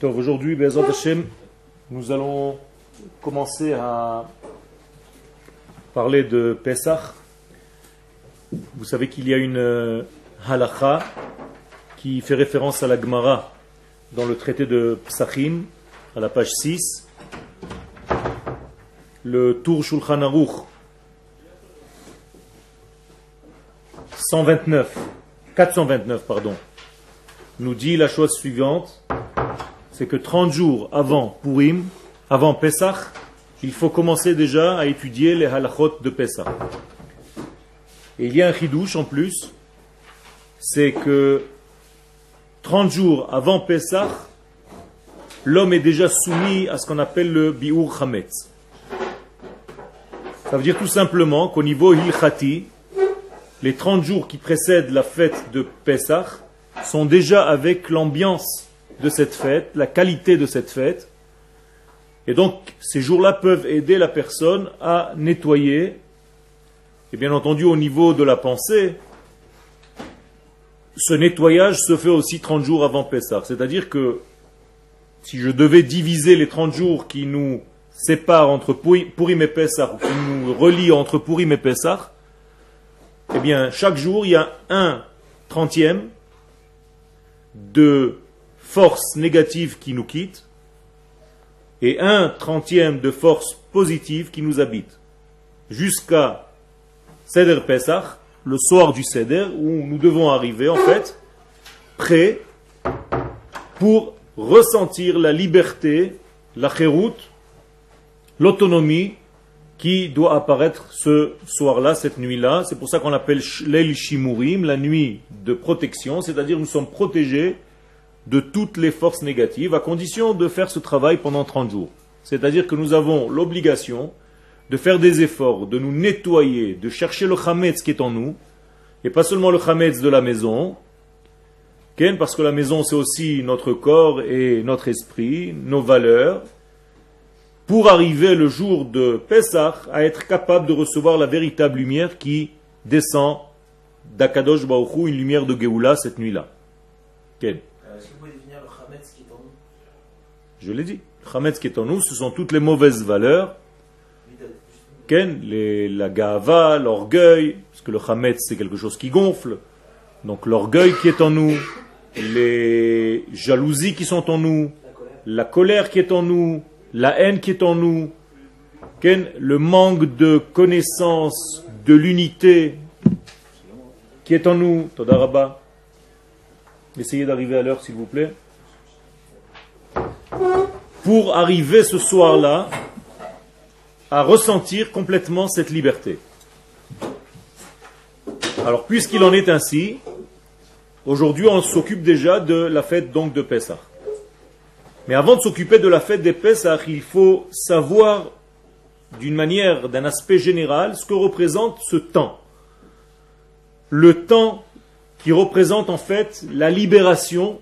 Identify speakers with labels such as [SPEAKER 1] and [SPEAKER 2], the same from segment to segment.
[SPEAKER 1] Donc aujourd'hui, Be'ezrat Hashem, nous allons commencer à parler de Pesach. Vous savez qu'il y a une halakha qui fait référence à la Gemara dans le traité de Psachim, à la page 6. Le Tour Shulchan Aruch 429, nous dit la chose suivante, c'est que 30 jours avant Purim, avant Pesach, il faut commencer déjà à étudier les halachot de Pesach. Et il y a un chidouche en plus, c'est que 30 jours avant Pesach, l'homme est déjà soumis à ce qu'on appelle le bi'ur chametz. Ça veut dire tout simplement qu'au niveau hilchati, les 30 jours qui précèdent la fête de Pesach sont déjà avec l'ambiance de cette fête, la qualité de cette fête. Et donc, ces jours-là peuvent aider la personne à nettoyer. Et bien entendu, au niveau de la pensée, ce nettoyage se fait aussi 30 jours avant Pesach. C'est-à-dire que si je devais diviser les 30 jours qui nous séparent entre Purim et Pesach, ou qui nous relient entre Purim et Pesach, eh bien, chaque jour, il y a un 30e de force négative qui nous quitte et un 30e de force positive qui nous habite. Jusqu'à Seder Pesach, le soir du Seder, où nous devons arriver, en fait, prêts pour ressentir la liberté, la chérout, l'autonomie qui doit apparaître ce soir-là, cette nuit-là. C'est pour ça qu'on appelle Leil Shimurim, la nuit de protection, c'est-à-dire nous sommes protégés de toutes les forces négatives, à condition de faire ce travail pendant 30 jours. C'est-à-dire que nous avons l'obligation de faire des efforts, de nous nettoyer, de chercher le chametz qui est en nous, et pas seulement le chametz de la maison, parce que la maison c'est aussi notre corps et notre esprit, nos valeurs, pour arriver le jour de Pesach à être capable de recevoir la véritable lumière qui descend d'Akadosh Baruch Hu, une lumière de Géoula cette nuit-là. Est-ce que vous pouvez définir le Chametz qui est en nous? Je l'ai dit. Le Chametz qui est en nous, ce sont toutes les mauvaises valeurs. La Gahava, l'orgueil, parce que le Chametz c'est quelque chose qui gonfle. Donc l'orgueil qui est en nous, les jalousies qui sont en nous, la colère qui est en nous, la haine qui est en nous, le manque de connaissance de l'unité qui est en nous. Toda Rabba. Essayez d'arriver à l'heure s'il vous plaît. Pour arriver ce soir-là à ressentir complètement cette liberté. Alors puisqu'il en est ainsi, aujourd'hui on s'occupe déjà de la fête donc de Pesach. Mais avant de s'occuper de la fête des Pesach, il faut savoir d'une manière, d'un aspect général, ce que représente ce temps. Le temps qui représente en fait la libération,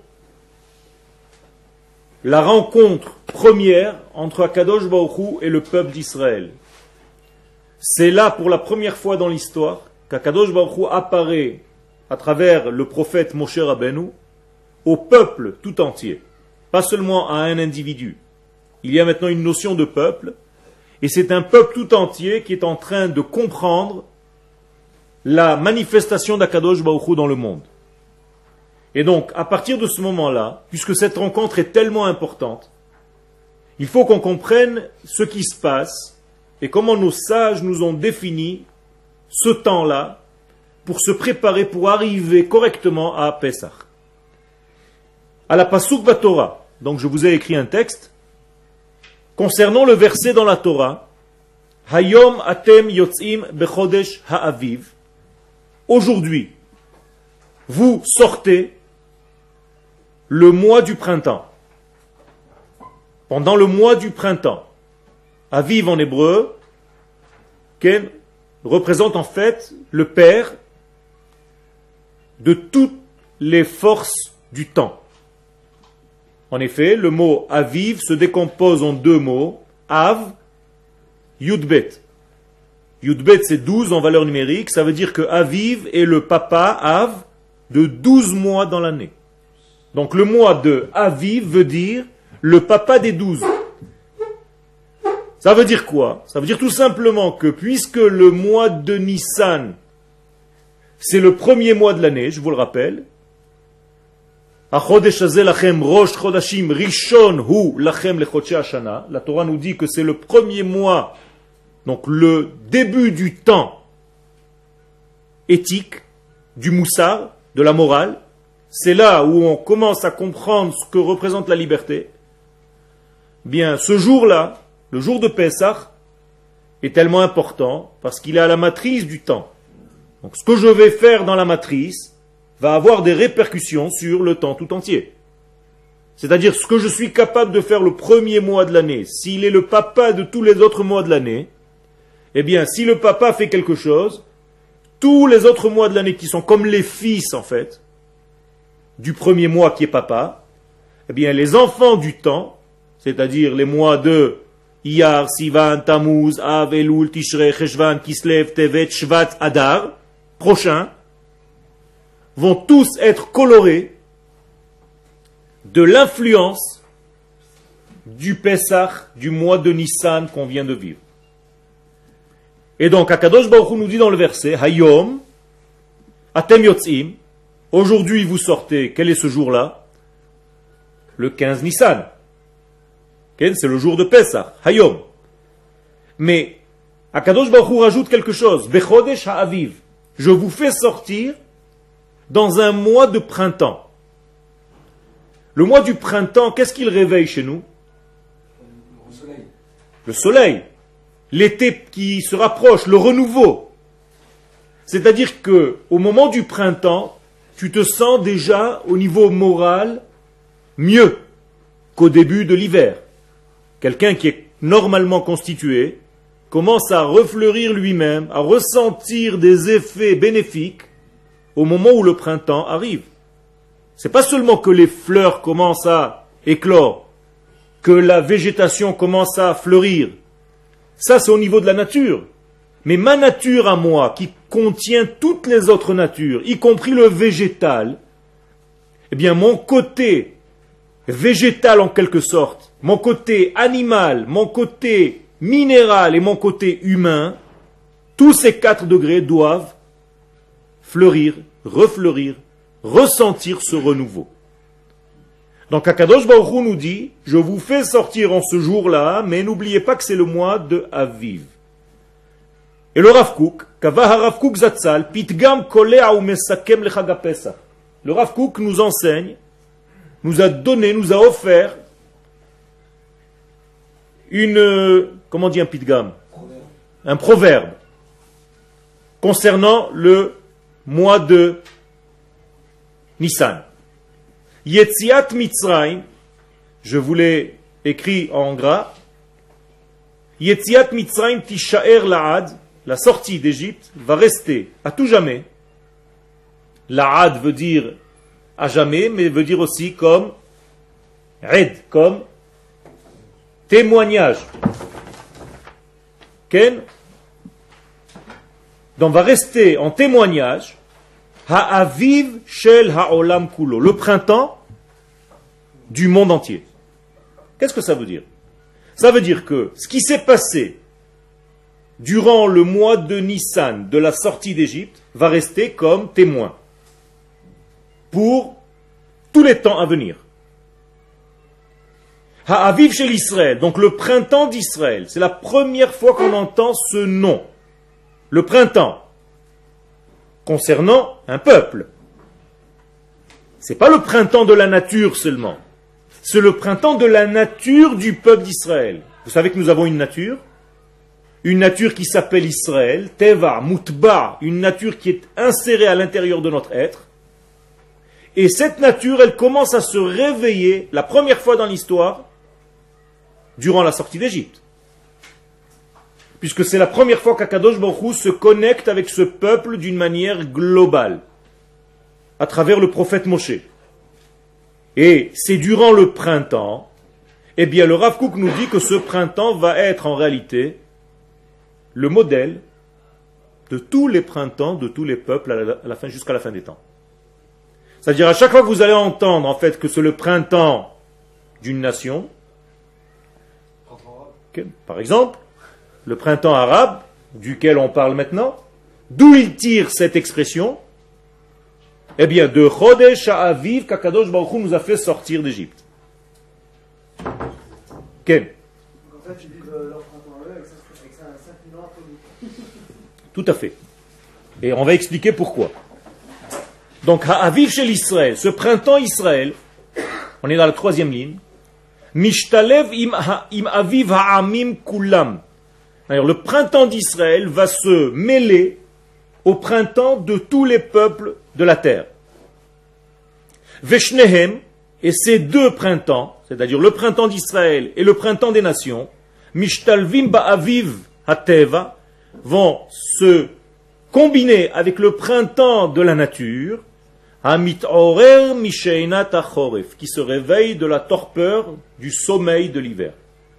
[SPEAKER 1] la rencontre première entre Akadosh Baruch Hu et le peuple d'Israël. C'est là pour la première fois dans l'histoire qu'Akadosh Baruch Hu apparaît à travers le prophète Moshe Rabbeinu au peuple tout entier. Pas seulement à un individu. Il y a maintenant une notion de peuple, et c'est un peuple tout entier qui est en train de comprendre la manifestation d'Akadosh Baruch Hu dans le monde. Et donc, à partir de ce moment-là, puisque cette rencontre est tellement importante, il faut qu'on comprenne ce qui se passe et comment nos sages nous ont défini ce temps-là pour se préparer pour arriver correctement à Pesach. À la Pasuk Batorah, donc je vous ai écrit un texte concernant le verset dans la Torah, Hayom atem yotzim bechodesh ha'aviv. Aujourd'hui, vous sortez le mois du printemps. Pendant le mois du printemps, Aviv en hébreu, Ken représente en fait le père de toutes les forces du temps. En effet, le mot Aviv se décompose en deux mots, Av, Yudbet. Yudbet c'est 12 en valeur numérique, ça veut dire que Aviv est le papa, Av, de 12 mois dans l'année. Donc le mois de Aviv veut dire le papa des 12. Ça veut dire quoi? Ça veut dire tout simplement que puisque le mois de Nissan, c'est le premier mois de l'année, je vous le rappelle, la Torah nous dit que c'est le premier mois, donc le début du temps éthique, du moussar, de la morale. C'est là où on commence à comprendre ce que représente la liberté. Bien, ce jour-là, le jour de Pessah, est tellement important parce qu'il est à la matrice du temps. Donc ce que je vais faire dans la matrice va avoir des répercussions sur le temps tout entier. C'est-à-dire ce que je suis capable de faire le premier mois de l'année, s'il est le papa de tous les autres mois de l'année, eh bien si le papa fait quelque chose, tous les autres mois de l'année qui sont comme les fils en fait, du premier mois qui est papa, eh bien les enfants du temps, c'est-à-dire les mois de Iyar, Sivan, Tammuz, Av, Elul, Tishrei, Cheshvan, Kislev, Tevet, Shvat, Adar, prochains, vont tous être colorés de l'influence du Pessah, du mois de Nissan qu'on vient de vivre. Et donc, Akadosh Baruch Hu nous dit dans le verset, Hayom, Atem Yotzim, aujourd'hui vous sortez, quel est ce jour-là? Le 15 Nissan. C'est le jour de Pessah, Hayom. Mais, Akadosh Baruch Hu rajoute quelque chose, Bechodesh Ha'aviv, je vous fais sortir dans un mois de printemps. Le mois du printemps, qu'est-ce qu'il réveille chez nous?
[SPEAKER 2] Le soleil.
[SPEAKER 1] Le soleil. L'été qui se rapproche, le renouveau. C'est-à-dire que au moment du printemps, tu te sens déjà au niveau moral mieux qu'au début de l'hiver. Quelqu'un qui est normalement constitué commence à refleurir lui-même, à ressentir des effets bénéfiques au moment où le printemps arrive. C'est pas seulement que les fleurs commencent à éclore, que la végétation commence à fleurir. Ça, c'est au niveau de la nature. Mais ma nature à moi, qui contient toutes les autres natures, y compris le végétal, eh bien, mon côté végétal en quelque sorte, mon côté animal, mon côté minéral et mon côté humain, tous ces 4 degrés doivent fleurir, refleurir, ressentir ce renouveau. Donc Akadosh Baruch Hu nous dit, je vous fais sortir en ce jour-là, mais n'oubliez pas que c'est le mois de Aviv. Et le Rav Kook, Kavah Rav Kook Zatzal, Pitgam Kolea ou Mesakem Lechag HaPesach. Le Rav Kook nous enseigne, nous a donné, nous a offert comment on dit un Pitgam? Un proverbe concernant le mois de Nissan. Yetziat Mitzrayim, je vous l'ai écrit en gras. Yetziat Mitzrayim Tishaer La'ad, la sortie d'Égypte va rester à tout jamais. La'ad veut dire à jamais, mais veut dire aussi comme Ed, comme témoignage. Ken? Donc va rester en témoignage Ha'aviv shel ha'olam kulo, le printemps du monde entier. Qu'est-ce que ça veut dire? Ça veut dire que ce qui s'est passé durant le mois de Nissan, de la sortie d'Égypte, va rester comme témoin pour tous les temps à venir. Ha'aviv shel Israël, donc le printemps d'Israël, c'est la première fois qu'on entend ce nom. Le printemps. Concernant un peuple. Ce n'est pas le printemps de la nature seulement. C'est le printemps de la nature du peuple d'Israël. Vous savez que nous avons une nature qui s'appelle Israël, Teva, Mutba, une nature qui est insérée à l'intérieur de notre être. Et cette nature, elle commence à se réveiller la première fois dans l'histoire durant la sortie d'Égypte. Puisque c'est la première fois qu'Akadosh Baruch Hu se connecte avec ce peuple d'une manière globale, à travers le prophète Moshe. Et c'est durant le printemps, eh bien le Rav Kook nous dit que ce printemps va être en réalité le modèle de tous les printemps, de tous les peuples à la fin, jusqu'à la fin des temps. C'est-à-dire à chaque fois que vous allez entendre en fait que c'est le printemps d'une nation. Par exemple, le printemps arabe, duquel on parle maintenant, d'où il tire cette expression? Eh bien, de Chodesh Ha'aviv qu'Akadosh Baruch Hu nous a fait sortir d'Égypte. Ken?
[SPEAKER 3] En fait, tu dis que leur printemps à eux, avec ça, un 5000 ans après nous.
[SPEAKER 1] Tout à fait. Et on va expliquer pourquoi. Donc, Ha'aviv chez l'Israël, ce printemps Israël, on est dans la troisième ligne, Mishtalev im aviv ha'amim kulam. Alors, le printemps d'Israël va se mêler au printemps de tous les peuples de la terre. Veshnehem, et ces deux printemps, c'est-à-dire le printemps d'Israël et le printemps des nations, Mishtalvim ba'aviv hateva, vont se combiner avec le printemps de la nature, Hamit Orer Misheinat Achoref, qui se réveille de la torpeur du sommeil de l'hiver.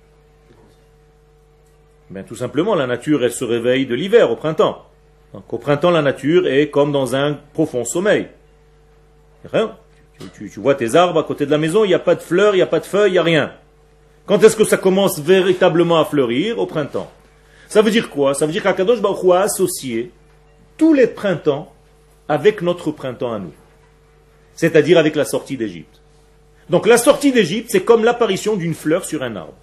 [SPEAKER 1] Ben, tout simplement, la nature, elle se réveille de l'hiver au printemps. Donc, au printemps, la nature est comme dans un profond sommeil. Rien. Tu vois tes arbres à côté de la maison, il n'y a pas de fleurs, il n'y a pas de feuilles, il n'y a rien. Quand est-ce que ça commence véritablement à fleurir? Au printemps. Ça veut dire quoi? Ça veut dire qu'Akadosh Baruch Hu a associé tous les printemps avec notre printemps à nous. C'est-à-dire avec la sortie d'Égypte. Donc la sortie d'Égypte, c'est comme l'apparition d'une fleur sur un arbre.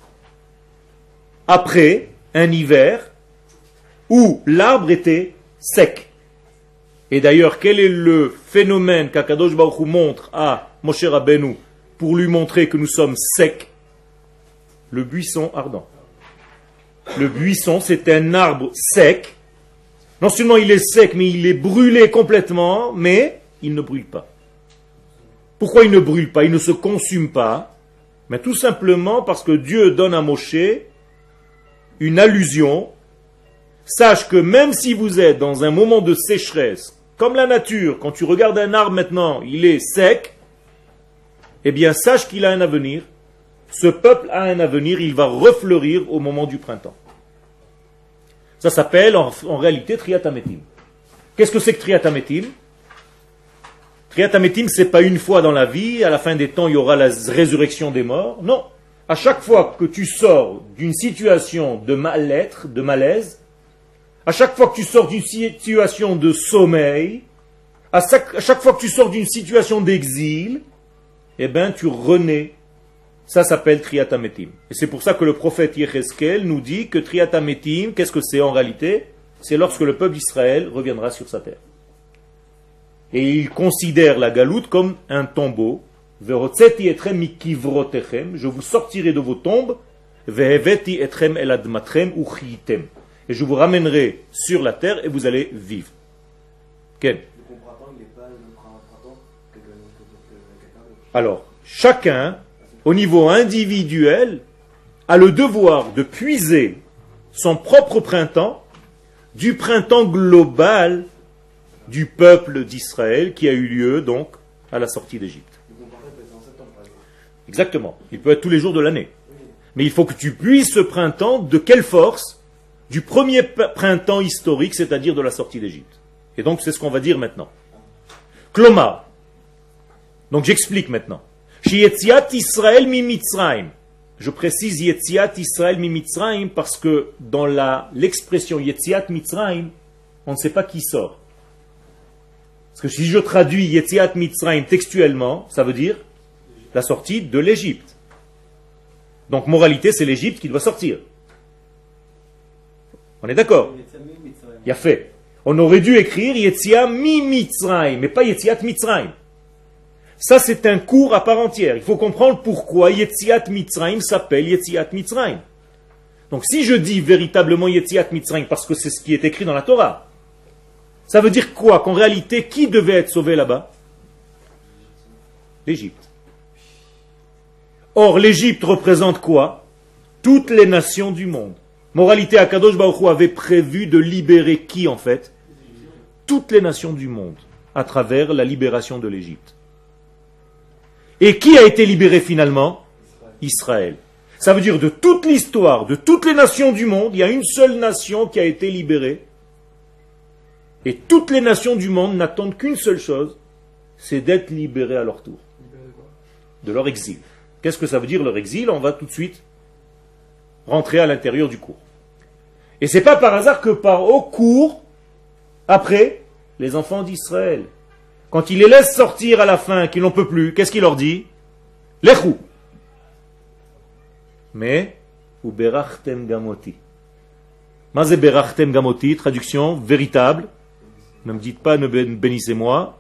[SPEAKER 1] Après un hiver où l'arbre était sec. Et d'ailleurs, quel est le phénomène qu'Akadosh Baruch Hu montre à Moshe Rabbeinu pour lui montrer que nous sommes secs? Le buisson ardent. Le buisson, c'est un arbre sec. Non seulement il est sec, mais il est brûlé complètement, mais il ne brûle pas. Pourquoi il ne brûle pas? Il ne se consume pas. Mais tout simplement parce que Dieu donne à Moshe une allusion. Sache que même si vous êtes dans un moment de sécheresse, comme la nature, quand tu regardes un arbre maintenant, il est sec, eh bien sache qu'il a un avenir. Ce peuple a un avenir, il va refleurir au moment du printemps. Ça s'appelle en réalité Triat HaMetim. Qu'est-ce que c'est que Triat HaMetim? Triat HaMetim, c'est pas une fois dans la vie, à la fin des temps, il y aura la résurrection des morts. Non. À chaque fois que tu sors d'une situation de mal-être, de malaise, à chaque fois que tu sors d'une situation de sommeil, à chaque fois que tu sors d'une situation d'exil, eh bien, tu renais. Ça s'appelle Triat HaMetim. Et c'est pour ça que le prophète Yecheskel nous dit que Triat HaMetim, qu'est-ce que c'est en réalité? C'est lorsque le peuple d'Israël reviendra sur sa terre. Et il considère la galoute comme un tombeau. Verotzeti etrem mikivrotechem, je vous sortirai de vos tombes, veheveti etrem el admatrem uchiitem. Et je vous ramènerai sur la terre et vous allez vivre. Ken? Alors, chacun, au niveau individuel, a le devoir de puiser son propre printemps du printemps global du peuple d'Israël qui a eu lieu donc à la sortie d'Égypte. Exactement. Il peut être tous les jours de l'année. Mais il faut que tu puisses ce printemps de quelle force? Du premier printemps historique, c'est-à-dire de la sortie d'Égypte. Et donc c'est ce qu'on va dire maintenant. Klomar. Donc j'explique maintenant. Yetziat Israël mi Mitzrayim. Je précise Yetziat Israël mi Mitzrayim parce que dans l'expression Yetziat Mitzrayim, on ne sait pas qui sort. Parce que si je traduis Yetziat Mitzrayim textuellement, ça veut dire la sortie de l'Égypte. Donc moralité, c'est l'Égypte qui doit sortir. On est d'accord? Il y a fait. On aurait dû écrire Yetzia mi Mitzrayim, mais pas Yetziat Mitzrayim. Ça, c'est un cours à part entière. Il faut comprendre pourquoi Yetziat Mitzrayim s'appelle Yetziat Mitzrayim. Donc, si je dis véritablement Yetziat Mitzrayim, parce que c'est ce qui est écrit dans la Torah, ça veut dire quoi? Qu'en réalité, qui devait être sauvé là-bas? L'Égypte. Or, l'Égypte représente quoi? Toutes les nations du monde. Moralité, Akadosh Baruch Hu avait prévu de libérer qui en fait? Toutes les nations du monde, à travers la libération de l'Égypte. Et qui a été libéré finalement? Israël. Ça veut dire de toute l'histoire, de toutes les nations du monde, il y a une seule nation qui a été libérée. Et toutes les nations du monde n'attendent qu'une seule chose, c'est d'être libérées à leur tour. De leur exil. Qu'est-ce que ça veut dire leur exil? On va tout de suite rentrer à l'intérieur du cours. Et c'est pas par hasard que Paro court après les enfants d'Israël. Quand il les laisse sortir à la fin, qu'ils n'en peuvent plus, qu'est-ce qu'il leur dit? Lechou. Mais, ou berachtem gamoti. Mazé berachtem gamoti, traduction véritable. Ne me dites pas ne bénissez-moi.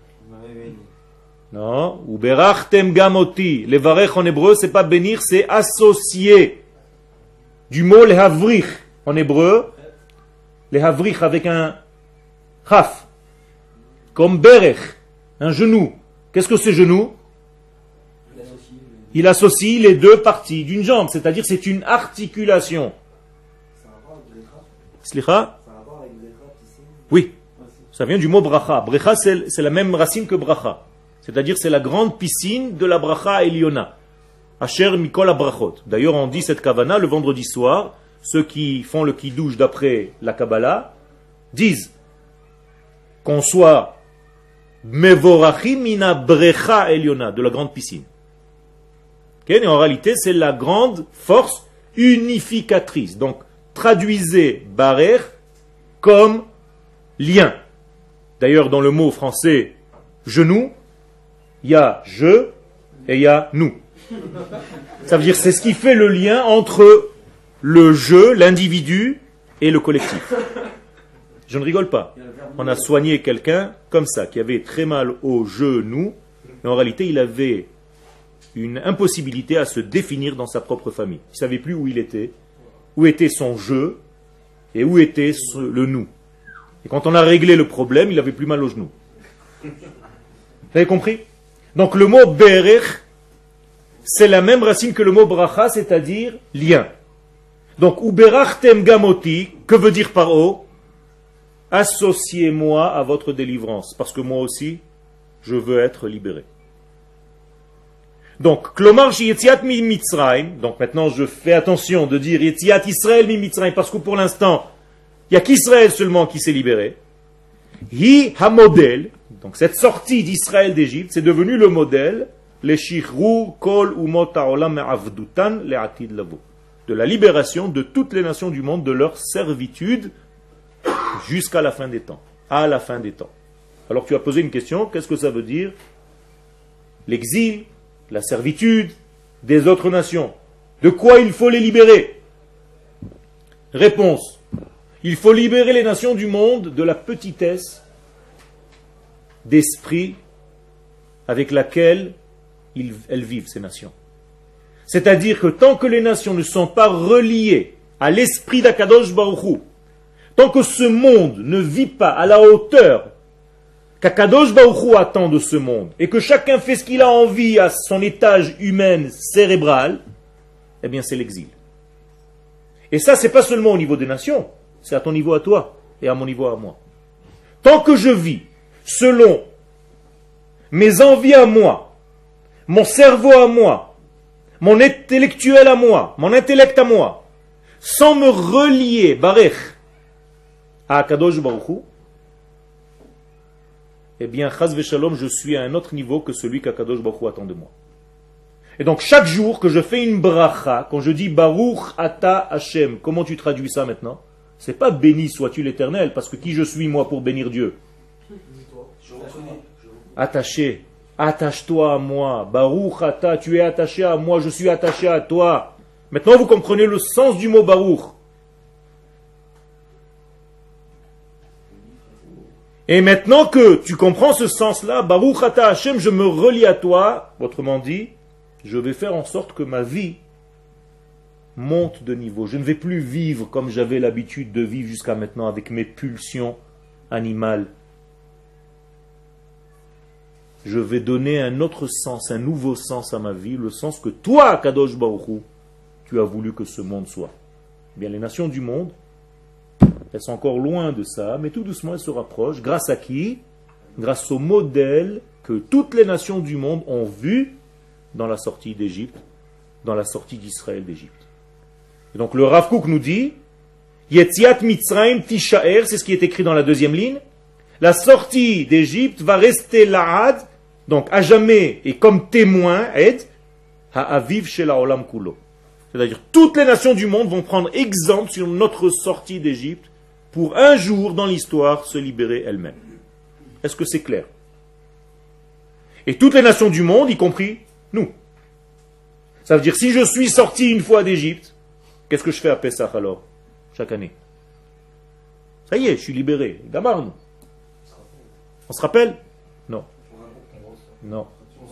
[SPEAKER 1] Non, ou berachtem gamoti. Les varech en hébreu, c'est pas bénir, c'est associer. Du mot le havrich en hébreu, le havrich avec un chaf, comme berech, un genou. Qu'est-ce que c'est genou? Il associe les deux parties d'une jambe, c'est-à-dire c'est une articulation. Slicha? Oui, ça vient du mot bracha. Bracha, c'est la même racine que bracha. C'est-à-dire c'est la grande piscine de la bracha Eliona. Asher mikol abrachot. D'ailleurs, on dit cette kavana le vendredi soir. Ceux qui font le kiddush d'après la Kabbalah disent qu'on soit mevorachim mina brecha Eliona, de la grande piscine. Et en réalité, c'est la grande force unificatrice. Donc, traduisez barer comme lien. D'ailleurs, dans le mot français genou, il y a je et il y a nous. Ça veut dire c'est ce qui fait le lien entre le je, l'individu et le collectif. Je ne rigole pas. On a soigné quelqu'un comme ça, qui avait très mal au genou, mais en réalité, il avait une impossibilité à se définir dans sa propre famille. Il ne savait plus où il était, où était son je et où était le nous. Et quand on a réglé le problème, il n'avait plus mal au genou. Vous avez compris? Donc le mot berech, c'est la même racine que le mot bracha, c'est-à-dire lien. Donc, uberachtem gamoti, que veut dire par O? Associez-moi à votre délivrance, parce que moi aussi, je veux être libéré. Donc, klomar shi yetziat mi Mitzrayim, donc maintenant je fais attention de dire yetziat Israël mi Mitzrayim, parce que pour l'instant, il n'y a qu'Israël seulement qui s'est libéré. Hi ha-modèle, donc cette sortie d'Israël d'Égypte, c'est devenu le modèle, le shichru kol umot ha'olam me'avdutan le'atid lavo, de la libération de toutes les nations du monde de leur servitude jusqu'à la fin des temps, à la fin des temps. Alors tu as posé une question, qu'est-ce que ça veut dire? L'exil, la servitude des autres nations. De quoi il faut les libérer? Réponse. Il faut libérer les nations du monde de la petitesse d'esprit avec laquelle elles vivent, ces nations. C'est-à-dire que tant que les nations ne sont pas reliées à l'esprit d'Akadosh Baruch Hu, tant que ce monde ne vit pas à la hauteur qu'Akadosh Baruch Hu attend de ce monde, et que chacun fait ce qu'il a envie à son étage humain cérébral, eh bien c'est l'exil. Et ça, c'est pas seulement au niveau des nations, c'est à ton niveau à toi, et à mon niveau à moi. Tant que je vis selon mes envies à moi, mon cerveau à moi, mon intellectuel à moi, mon intellect à moi, sans me relier, barech, à Akadosh Baruch Hu, eh bien, chas v'shalom, je suis à un autre niveau que celui qu'Akadosh Baruch Hu attend de moi. Et donc, chaque jour que je fais une bracha, quand je dis Baruch Ata Hashem, comment tu traduis ça maintenant? C'est pas béni sois-tu l'Éternel, parce que qui je suis moi pour bénir Dieu? Attaché. Attache-toi à moi. Baruch Ata, tu es attaché à moi, je suis attaché à toi. Maintenant, vous comprenez le sens du mot Baruch. Et maintenant que tu comprends ce sens-là, Baruch Ata Hashem, je me relie à toi, autrement dit, je vais faire en sorte que ma vie monte de niveau. Je ne vais plus vivre comme j'avais l'habitude de vivre jusqu'à maintenant avec mes pulsions animales. Je vais donner un autre sens, un nouveau sens à ma vie, le sens que toi, Kadosh Baruch Hu, tu as voulu que ce monde soit. Eh bien, les nations du monde, elles sont encore loin de ça, mais tout doucement elles se rapprochent. Grâce à qui? Grâce au modèle que toutes les nations du monde ont vu dans la sortie d'Égypte, dans la sortie d'Israël d'Égypte. Et donc le Rav Kook nous dit, Yetziat Mitzrayim Tishaer, c'est ce qui est écrit dans la deuxième ligne, la sortie d'Égypte va rester la'ad, donc à jamais, et comme témoin, Ed, ha'aviv shel ha'olam kulo. C'est-à-dire, toutes les nations du monde vont prendre exemple sur notre sortie d'Égypte pour un jour dans l'histoire se libérer elles-mêmes. Est-ce que c'est clair? Et toutes les nations du monde, y compris nous. Ça veut dire, si je suis sorti une fois d'Égypte, qu'est-ce que je fais à Pessah alors, chaque année? Ça y est, je suis libéré. D'abord, nous. On se rappelle? Non. Non.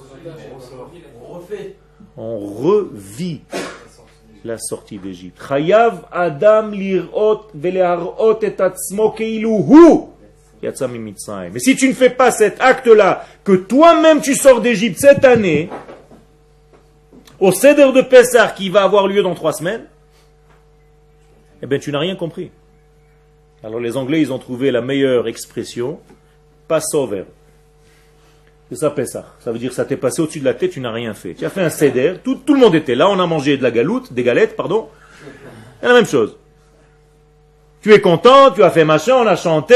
[SPEAKER 1] On revit la sortie d'Égypte. Chayav Adam lirot veleharot et atzmo keilu hu yatsa mimitzrayim. Mais si tu ne fais pas cet acte-là, que toi-même tu sors d'Égypte cette année, au Seder de Pessah qui va avoir lieu dans 3 semaines, eh bien tu n'as rien compris. Alors les Anglais, ils ont trouvé la meilleure expression, Passover. C'est ça, Pessah. Ça veut dire que ça t'est passé au-dessus de la tête, tu n'as rien fait. Tu as fait un Seder, tout le monde était là, on a mangé de la galoute, des galettes, pardon. C'est la même chose. Tu es content, tu as fait machin, on a chanté,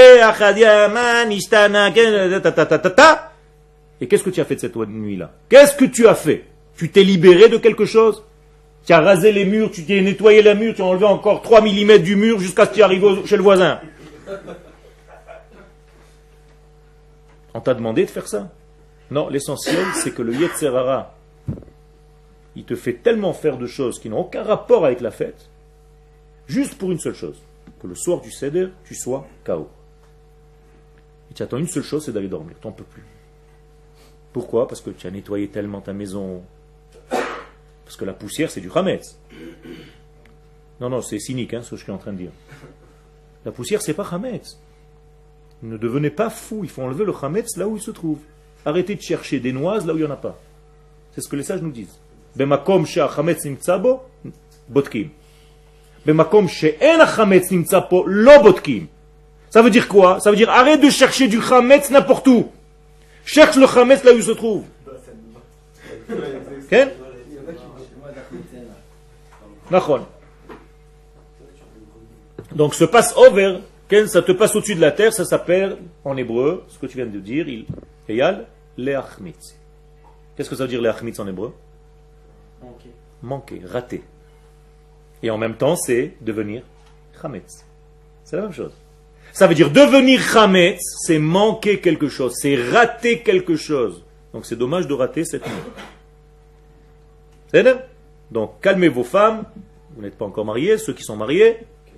[SPEAKER 1] et qu'est-ce que tu as fait de cette nuit-là? Qu'est-ce que tu as fait? Tu t'es libéré de quelque chose? Tu as rasé les murs, tu t'es nettoyé la mur, tu as enlevé encore 3 mm du mur jusqu'à ce que tu arrives chez le voisin. On t'a demandé de faire ça? Non, l'essentiel, c'est que le Yetzer Hara, il te fait tellement faire de choses qui n'ont aucun rapport avec la fête, juste pour une seule chose, que le soir du Seder, tu sois KO. Et tu attends une seule chose, c'est d'aller dormir, tu n'en peux plus. Pourquoi? Parce que tu as nettoyé tellement ta maison. Parce que la poussière, c'est du Hametz. Non, c'est cynique, ce que je suis en train de dire. La poussière, c'est pas Hametz. Ne devenez pas fou, il faut enlever le Hametz là où il se trouve. Arrêtez de chercher des noises là où il n'y en a pas. C'est ce que les sages nous disent. Bemakom she'achametz nimtza bo, botkim. Bemakom she'en hametz nimtza po, lo botkim. Ça veut dire quoi? Ça veut dire arrête de chercher du Hametz n'importe où. Cherche le Hametz là où il se trouve. Okay? Donc ce passe-over, ça te passe au-dessus de la terre, ça s'appelle en hébreu, ce que tu viens de dire, Eyal, leachmitz. Qu'est-ce que ça veut dire leachmitz en hébreu? Manquer, rater. Et en même temps, c'est devenir chametz. C'est la même chose. Ça veut dire devenir chametz, c'est manquer quelque chose, c'est rater quelque chose. Donc c'est dommage de rater cette nuit. C'est vrai? Donc calmez vos femmes, vous n'êtes pas encore mariés, ceux qui sont mariés.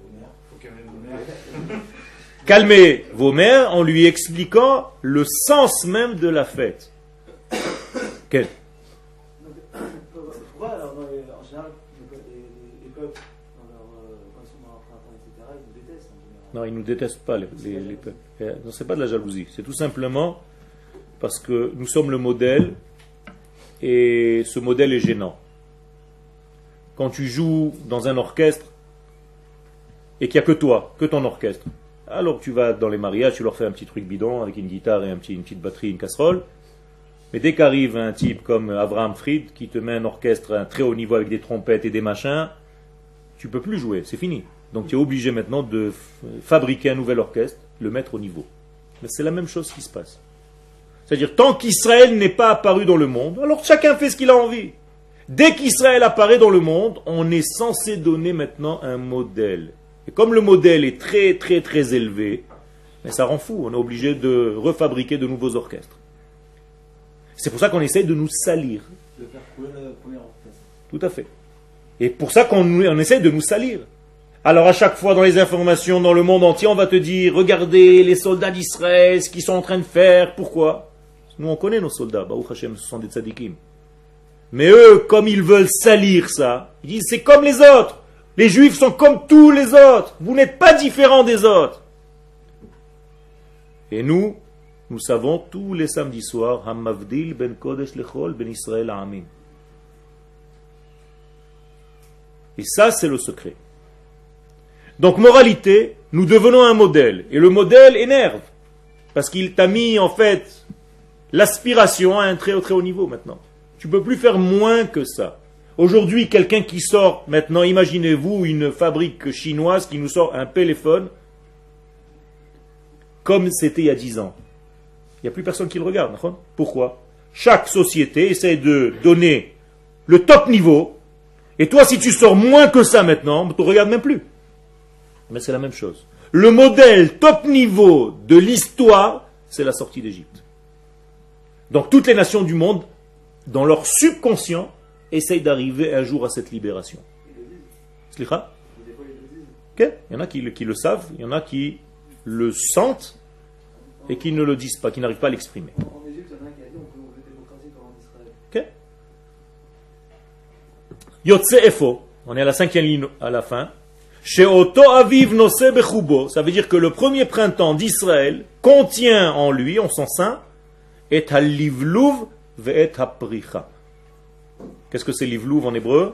[SPEAKER 1] Calmez vos mères en lui expliquant le sens même de la fête. Quel?
[SPEAKER 3] Pourquoi alors, en général, les peuples, quand ils sont dans leur printemps, etc., ils nous détestent en général?
[SPEAKER 1] Non, ils ne nous détestent pas, les peuples. Non, ce n'est pas de la jalousie. C'est tout simplement parce que nous sommes le modèle et ce modèle est gênant. Quand tu joues dans un orchestre et qu'il n'y a que toi, que ton orchestre, alors tu vas dans les mariages, tu leur fais un petit truc bidon avec une guitare et une petite batterie, une casserole. Mais dès qu'arrive un type comme Avraham Fried qui te met un orchestre à un très haut niveau avec des trompettes et des machins, tu ne peux plus jouer, c'est fini. Donc tu es obligé maintenant de fabriquer un nouvel orchestre, le mettre au niveau. Mais c'est la même chose qui se passe. C'est-à-dire, tant qu'Israël n'est pas apparu dans le monde, alors chacun fait ce qu'il a envie. Dès qu'Israël apparaît dans le monde, on est censé donner maintenant un modèle. Et comme le modèle est très très très élevé, mais ça rend fou, on est obligé de refabriquer de nouveaux orchestres. C'est pour ça qu'on essaye de nous salir.
[SPEAKER 3] De faire couler le premier orchestre.
[SPEAKER 1] Tout à fait. Et pour ça qu'on essaye de nous salir. Alors à chaque fois dans les informations dans le monde entier, on va te dire, regardez les soldats d'Israël, ce qu'ils sont en train de faire. Pourquoi? Nous on connaît nos soldats, Baruch Hashem, ce sont des tzadikim. Mais eux, comme ils veulent salir ça, ils disent c'est comme les autres. Les juifs sont comme tous les autres. Vous n'êtes pas différents des autres. Et nous savons tous les samedis soirs, Hamavdil ben Kodesh lechol ben Israël ha'amim. Et ça, c'est le secret. Donc, moralité, nous devenons un modèle. Et le modèle énerve. Parce qu'il t'a mis, en fait, l'aspiration à un très haut niveau maintenant. Tu ne peux plus faire moins que ça. Aujourd'hui, quelqu'un qui sort, maintenant, imaginez-vous une fabrique chinoise qui nous sort un téléphone comme c'était il y a 10 ans. Il n'y a plus personne qui le regarde. Pourquoi? Chaque société essaie de donner le top niveau, et toi si tu sors moins que ça maintenant, tu ne regardes même plus. Mais c'est la même chose. Le modèle top niveau de l'histoire, c'est la sortie d'Égypte. Donc toutes les nations du monde, dans leur subconscient, essayent d'arriver un jour à cette libération. Slicha? Okay. Il y en a qui le savent, il y en a qui le sentent et qui ne le disent pas, qui n'arrivent pas à l'exprimer.
[SPEAKER 3] En Égypte, il y en a un qui a dit on peut ouvrir démocratie comme en Israël.
[SPEAKER 1] Ok. Yotse Efo, on est à la 5e ligne à la fin. Sheoto aviv nose bechubo, ça veut dire que le premier printemps d'Israël contient en lui, en son sein, et halivluv ve'et hapricha. Qu'est-ce que c'est livluv en hébreu?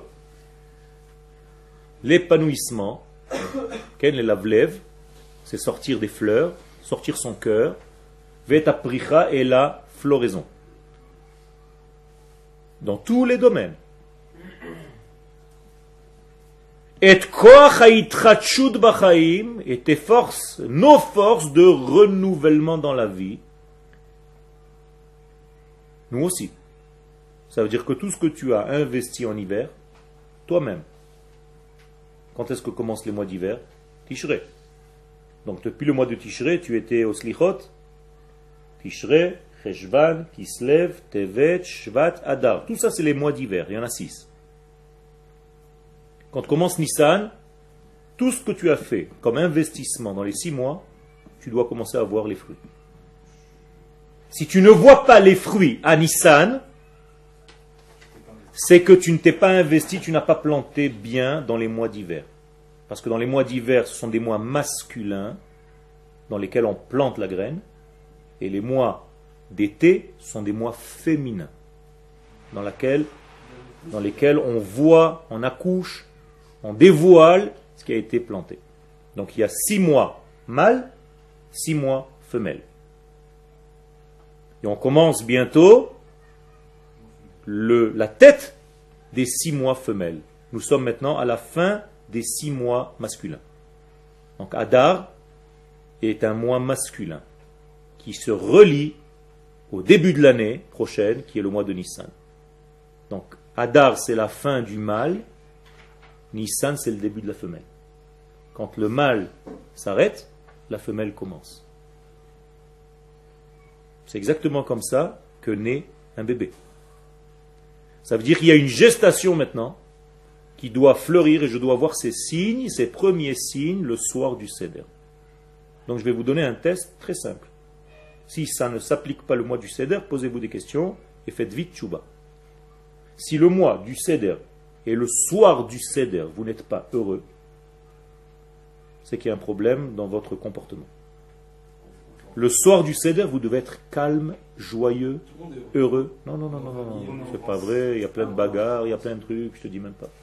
[SPEAKER 1] L'épanouissement, quel est la vlev, c'est sortir des fleurs, sortir son cœur, ve'et hapricha est la floraison. Dans tous les domaines. Et koach ha'itchatshut b'chaim, et tes forces, nos forces de renouvellement dans la vie, nous aussi. Ça veut dire que tout ce que tu as investi en hiver, toi-même, quand est-ce que commencent les mois d'hiver? Tishré. Donc depuis le mois de Tishré, tu étais au Slichot, Tishré, Cheshvan, Kislev, Tevet, Shvat, Adar. Tout ça c'est les mois d'hiver, il y en a 6. Quand commence Nissan, tout ce que tu as fait comme investissement dans les 6 mois, tu dois commencer à voir les fruits. Si tu ne vois pas les fruits à Nissan, c'est que tu ne t'es pas investi, tu n'as pas planté bien dans les mois d'hiver. Parce que dans les mois d'hiver, ce sont des mois masculins dans lesquels on plante la graine, et les mois d'été sont des mois féminins dans lesquels on voit, on accouche, on dévoile ce qui a été planté. Donc il y a 6 mois mâles, 6 mois femelles. Et on commence bientôt la tête des 6 mois femelles. Nous sommes maintenant à la fin des 6 mois masculins. Donc Adar est un mois masculin qui se relie au début de l'année prochaine, qui est le mois de Nissan. Donc Adar c'est la fin du mâle, Nissan c'est le début de la femelle. Quand le mâle s'arrête, la femelle commence. C'est exactement comme ça que naît un bébé. Ça veut dire qu'il y a une gestation maintenant qui doit fleurir et je dois voir ses signes, ses premiers signes le soir du Seder. Donc je vais vous donner un test très simple. Si ça ne s'applique pas le mois du Seder, posez-vous des questions et faites vite tchouba. Si le mois du Seder et le soir du Seder, vous n'êtes pas heureux, c'est qu'il y a un problème dans votre comportement. Le soir du Seder, vous devez être calme, joyeux, heureux. Non, c'est pas vrai, il y a plein de bagarres, il y a plein de trucs, je te dis même pas.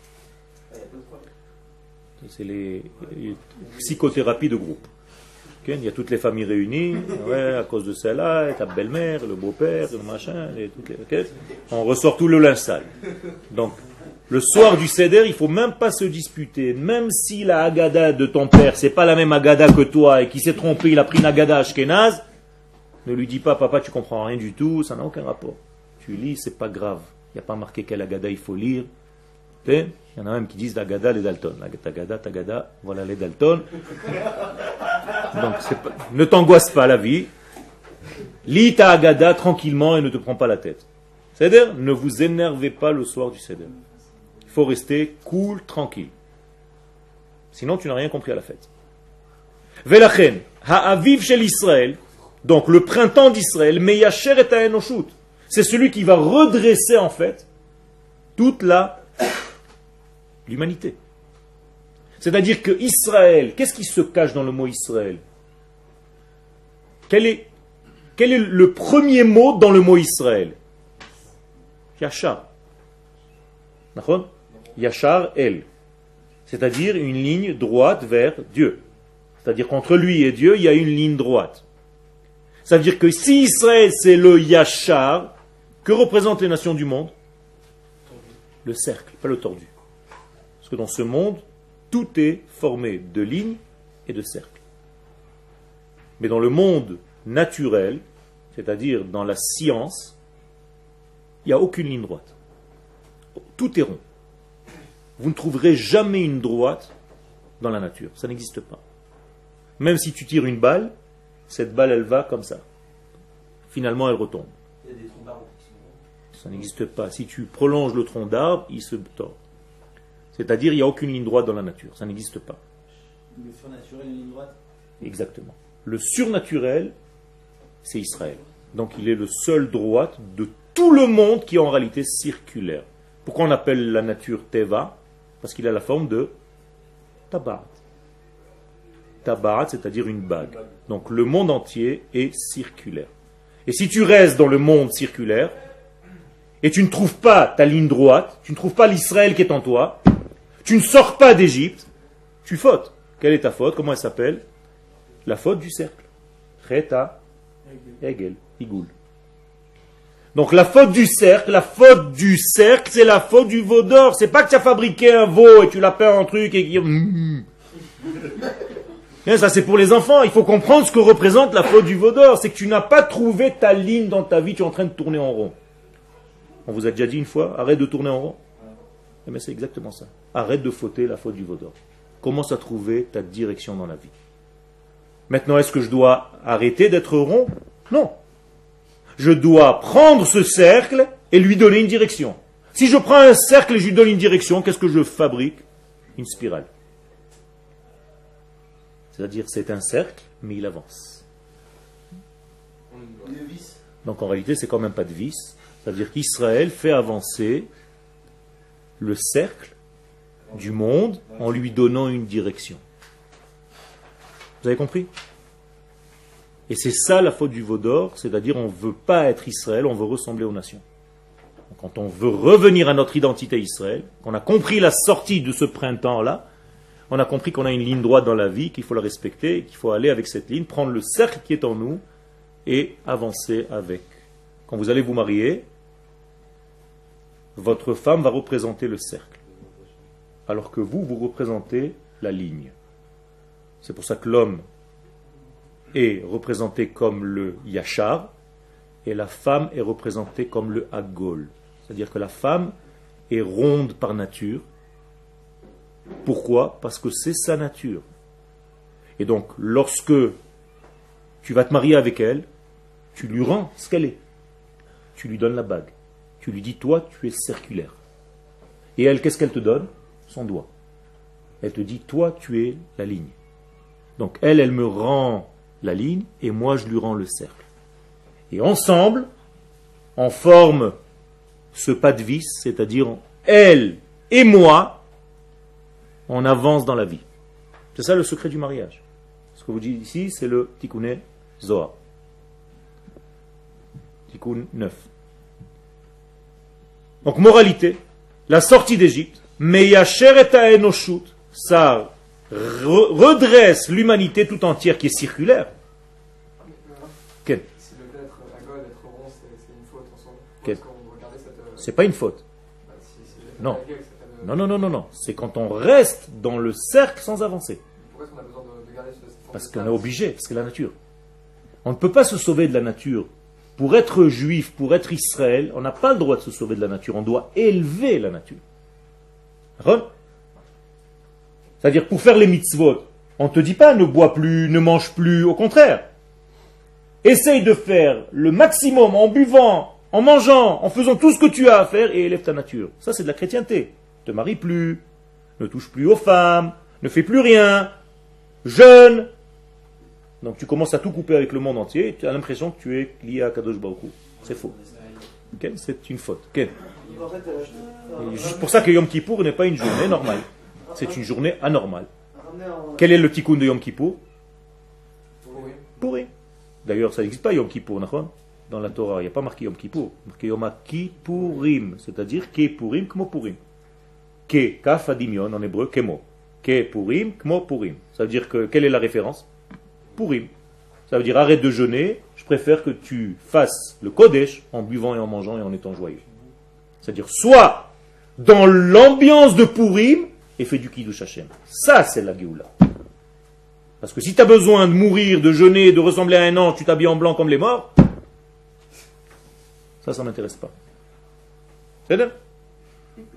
[SPEAKER 1] C'est les psychothérapies de groupe. Okay? Il y a toutes les familles réunies, ouais, à cause de celle-là, ta belle-mère, le beau-père, le machin, okay? On ressort tout le linge sale. Donc, le soir du Seder, il ne faut même pas se disputer. Même si la Haggadah de ton père, c'est pas la même Haggadah que toi et qui s'est trompé, il a pris une Haggadah Ashkenaz, ne lui dis pas, papa, tu comprends rien du tout, ça n'a aucun rapport. Tu lis, c'est pas grave. Il n'y a pas marqué quelle Haggadah il faut lire. Il y en a même qui disent l'Haggadah, les Dalton. Tagada, voilà les Dalton. Donc, ne t'angoisse pas la vie. Lis ta Haggadah tranquillement et ne te prends pas la tête. C'est-à-dire, ne vous énervez pas le soir du Seder. Il faut rester cool, tranquille. Sinon, tu n'as rien compris à la fête. Velachen, ha'aviv shel Israël, donc le printemps d'Israël, meyacher et ha'enoshut. C'est celui qui va redresser en fait toute l'humanité. C'est-à-dire que Israël, qu'est-ce qui se cache dans le mot Israël? Quel est le premier mot dans le mot Israël? Yachar. Yachar, El. C'est-à-dire une ligne droite vers Dieu. C'est-à-dire qu'entre lui et Dieu, il y a une ligne droite. Ça veut dire que si Israël, c'est le Yachar, que représentent les nations du monde? Le cercle, pas le tordu. Parce que dans ce monde, tout est formé de lignes et de cercles. Mais dans le monde naturel, c'est-à-dire dans la science, il n'y a aucune ligne droite. tout est rond. Vous ne trouverez jamais une droite dans la nature. Ça n'existe pas. Même si tu tires une balle, cette balle, elle va comme ça. Finalement, elle retombe.
[SPEAKER 3] Il y a des troncs d'arbres qui sont.
[SPEAKER 1] Ça n'existe pas. Si tu prolonges le tronc d'arbre, il se tord. C'est-à-dire, il n'y a aucune ligne droite dans la nature. Ça n'existe pas.
[SPEAKER 3] Le surnaturel, une ligne droite.
[SPEAKER 1] Exactement. Le surnaturel, c'est Israël. Donc, il est le seul droite de tout le monde qui est en réalité circulaire. Pourquoi on appelle la nature Teva? Parce qu'il a la forme de Tabarat. Tabarat, c'est-à-dire une bague. Donc, le monde entier est circulaire. Et si tu restes dans le monde circulaire, et tu ne trouves pas ta ligne droite, tu ne trouves pas l'Israël qui est en toi, tu ne sors pas d'Égypte, tu fautes. Quelle est ta faute? Comment elle s'appelle? La faute du cercle. Cheta, Egel, Igoul. Donc la faute du cercle, c'est la faute du veau d'or. C'est pas que tu as fabriqué un veau et tu l'as peint en truc et qui... Ça c'est pour les enfants. Il faut comprendre ce que représente la faute du veau d'or. C'est que tu n'as pas trouvé ta ligne dans ta vie, tu es en train de tourner en rond. On vous a déjà dit une fois, arrête de tourner en rond. Eh bien c'est exactement ça. Arrête de fauter la faute du veau d'or. Commence à trouver ta direction dans la vie. Maintenant, est-ce que je dois arrêter d'être rond? Non. Je dois prendre ce cercle et lui donner une direction. Si je prends un cercle et je lui donne une direction, qu'est-ce que je fabrique? Une spirale. C'est-à-dire, c'est un cercle, mais il avance.
[SPEAKER 3] Une vis.
[SPEAKER 1] Donc en réalité, c'est quand même pas de vis. C'est-à-dire qu'Israël fait avancer le cercle du monde en lui donnant une direction. Vous avez compris? Et c'est ça la faute du veau d'or, c'est-à-dire on ne veut pas être Israël, on veut ressembler aux nations. Donc, quand on veut revenir à notre identité Israël, qu'on a compris la sortie de ce printemps-là, on a compris qu'on a une ligne droite dans la vie, qu'il faut la respecter, qu'il faut aller avec cette ligne, prendre le cercle qui est en nous et avancer avec. Quand vous allez vous marier, votre femme va représenter le cercle, alors que vous représentez la ligne. C'est pour ça que l'homme est représenté comme le Yachar et la femme est représentée comme le Hagol. C'est-à-dire que la femme est ronde par nature. Pourquoi? Parce que c'est sa nature. Et donc, lorsque tu vas te marier avec elle, tu lui rends ce qu'elle est. Tu lui donnes la bague. Tu lui dis, toi, tu es circulaire. Et elle, qu'est-ce qu'elle te donne? Son doigt. Elle te dit, toi, tu es la ligne. Donc elle me rend la ligne et moi je lui rends le cercle. Et ensemble, on forme ce pas de vis, c'est-à-dire elle et moi, on avance dans la vie. C'est ça le secret du mariage. Ce que vous dites ici, c'est le Tikkun Zohar. Tikkun 9. Donc moralité, la sortie d'Égypte, Meyacher et Enoshut, ça redresse l'humanité tout entière qui est circulaire. Quel?
[SPEAKER 2] Si le fait d'être agole, d'être rond, c'est une faute en soi.
[SPEAKER 1] Quel?
[SPEAKER 2] Est-ce qu'on regardait cette...
[SPEAKER 1] C'est pas une faute. Non. Non. C'est quand on reste dans le cercle sans avancer.
[SPEAKER 2] Pourquoi est-ce qu'on a besoin de garder cette forme?
[SPEAKER 1] Parce qu'on est obligé, parce que la nature. On ne peut pas se sauver de la nature. Pour être juif, pour être Israël, on n'a pas le droit de se sauver de la nature. On doit élever la nature. D'accord? C'est-à-dire, pour faire les mitzvot, on ne te dit pas ne bois plus, ne mange plus, au contraire. Essaye de faire le maximum en buvant, en mangeant, en faisant tout ce que tu as à faire et élève ta nature. Ça, c'est de la chrétienté. Ne te marie plus, ne touche plus aux femmes, ne fais plus rien, jeûne. Donc tu commences à tout couper avec le monde entier et tu as l'impression que tu es lié à Kadosh Baruch Hu. C'est faux. Okay? C'est une faute. Okay? Et juste pour ça que Yom Kippour n'est pas une journée normale. C'est une journée anormale. Quel est le tikkun de Yom Kippour? Pourri. D'ailleurs, ça n'existe pas Yom Kippour, dans la Torah. Il n'y a pas marqué Yom Kippour. Marqué Yom Kippourim, c'est-à-dire Kippurim kmo Purim. Ke, kaf adimion en hébreu, kemo. Ke Purim kmo Purim. Ça veut dire que, quelle est la référence? Purim. Ça veut dire arrête de jeûner, je préfère que tu fasses le Kodesh en buvant et en mangeant et en étant joyeux. C'est-à-dire, soit dans l'ambiance de Purim et fais du Kiddush Hashem. Ça, c'est la Géoula. Parce que si tu as besoin de mourir, de jeûner, de ressembler à un ange, tu t'habilles en blanc comme les morts, ça ne m'intéresse pas. C'est bien?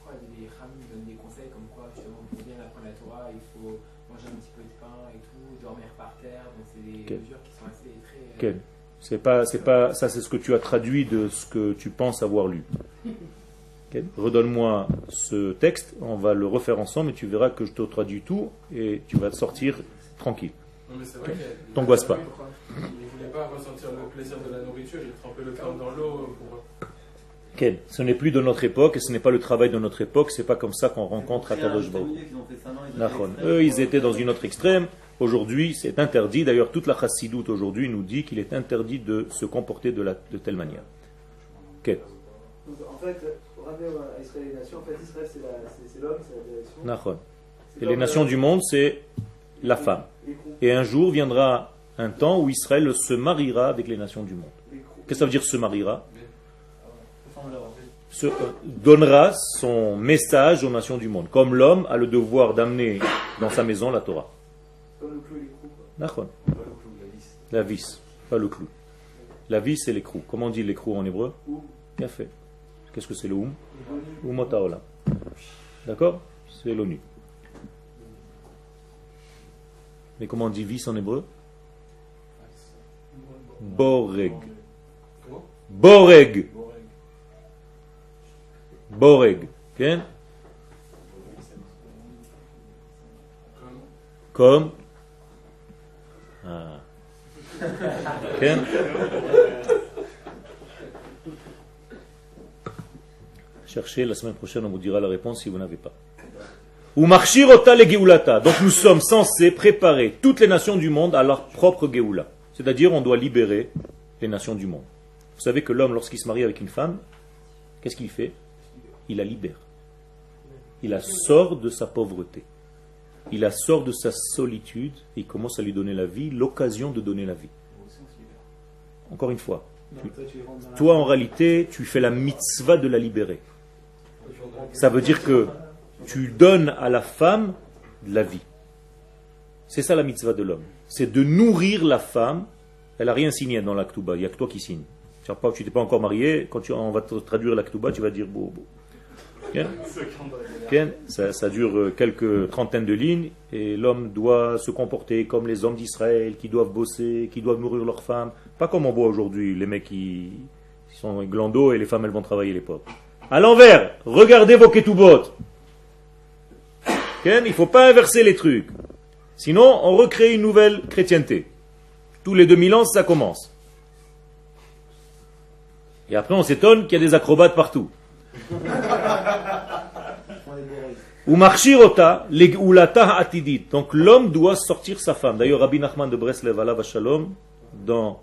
[SPEAKER 4] fois, les Khamim donnent des conseils comme quoi, justement, pour bien apprendre la Torah, il faut manger un petit peu de pain et tout, dormir par terre. Donc, c'est des mesures qui sont assez très.
[SPEAKER 1] C'est pas, ça c'est ce que tu as traduit de ce que tu penses avoir lu. Redonne-moi ce texte, on va le refaire ensemble et tu verras que je te traduis tout et tu vas te sortir tranquille.
[SPEAKER 5] Non, mais c'est vrai
[SPEAKER 1] T'angoisse pas.
[SPEAKER 5] Il ne voulait pas ressentir le plaisir de la nourriture, il trempait le pain dans l'eau pour.
[SPEAKER 1] Ce n'est plus de notre époque et ce n'est pas le travail de notre époque, c'est pas comme ça qu'on rencontre Akadosh Baruch. Eux, ils étaient dans une autre extrême. Aujourd'hui, c'est interdit. D'ailleurs, toute la chassidoute aujourd'hui nous dit qu'il est interdit de se comporter de telle manière.
[SPEAKER 3] Donc, en fait, ramener à Israël et les nations, en fait, Israël c'est l'homme, c'est la direction.
[SPEAKER 1] Et les nations du monde, c'est la femme. Et un jour viendra un temps où Israël se mariera avec les nations du monde. Qu'est-ce que ça veut dire se mariera? Donnera son message aux nations du monde. Comme l'homme a le devoir d'amener dans sa maison la Torah.
[SPEAKER 3] Comme le clou et l'écrou.
[SPEAKER 1] La vis, pas le clou. La vis, c'est l'écrou. Comment on dit l'écrou en hébreu? Bien fait. Qu'est-ce que c'est le oum? Umot haolam. D'accord? C'est l'ONU. Mais comment on dit vis en hébreu? Boreg. Boreg. Boreg. Okay? Comme okay? Cherchez, la semaine prochaine on vous dira la réponse si vous n'avez pas. Ou marchirota le geulata. Donc nous sommes censés préparer toutes les nations du monde à leur propre geoula. C'est-à-dire on doit libérer les nations du monde. Vous savez que l'homme, lorsqu'il se marie avec une femme, qu'est-ce qu'il fait? Il la libère. Il la sort de sa pauvreté. Il la sort de sa solitude et il commence à lui donner la vie, l'occasion de donner la vie. Encore une fois, toi en réalité, tu fais la mitzvah de la libérer. Ça veut dire que tu donnes à la femme la vie. C'est ça la mitzvah de l'homme. C'est de nourrir la femme. Elle n'a rien signé dans la Ketouba, il n'y a que toi qui signes. Tu n'es pas encore marié, quand on va te traduire la Ketouba, tu vas dire beau. Ça dure quelques trentaines de lignes et l'homme doit se comporter comme les hommes d'Israël qui doivent bosser, qui doivent nourrir leurs femmes. Pas comme on voit aujourd'hui, les mecs qui sont glandos et les femmes elles vont travailler les pauvres. À l'envers, regardez vos ketubot. Il ne faut pas inverser les trucs. Sinon, on recrée une nouvelle chrétienté. Tous les 2000 ans, ça commence. Et après, on s'étonne qu'il y a des acrobates partout. Ou marchirota, legeulata atidit. Donc l'homme doit sortir sa femme. D'ailleurs, Rabbi Nachman de Breslev, alav shalom, dans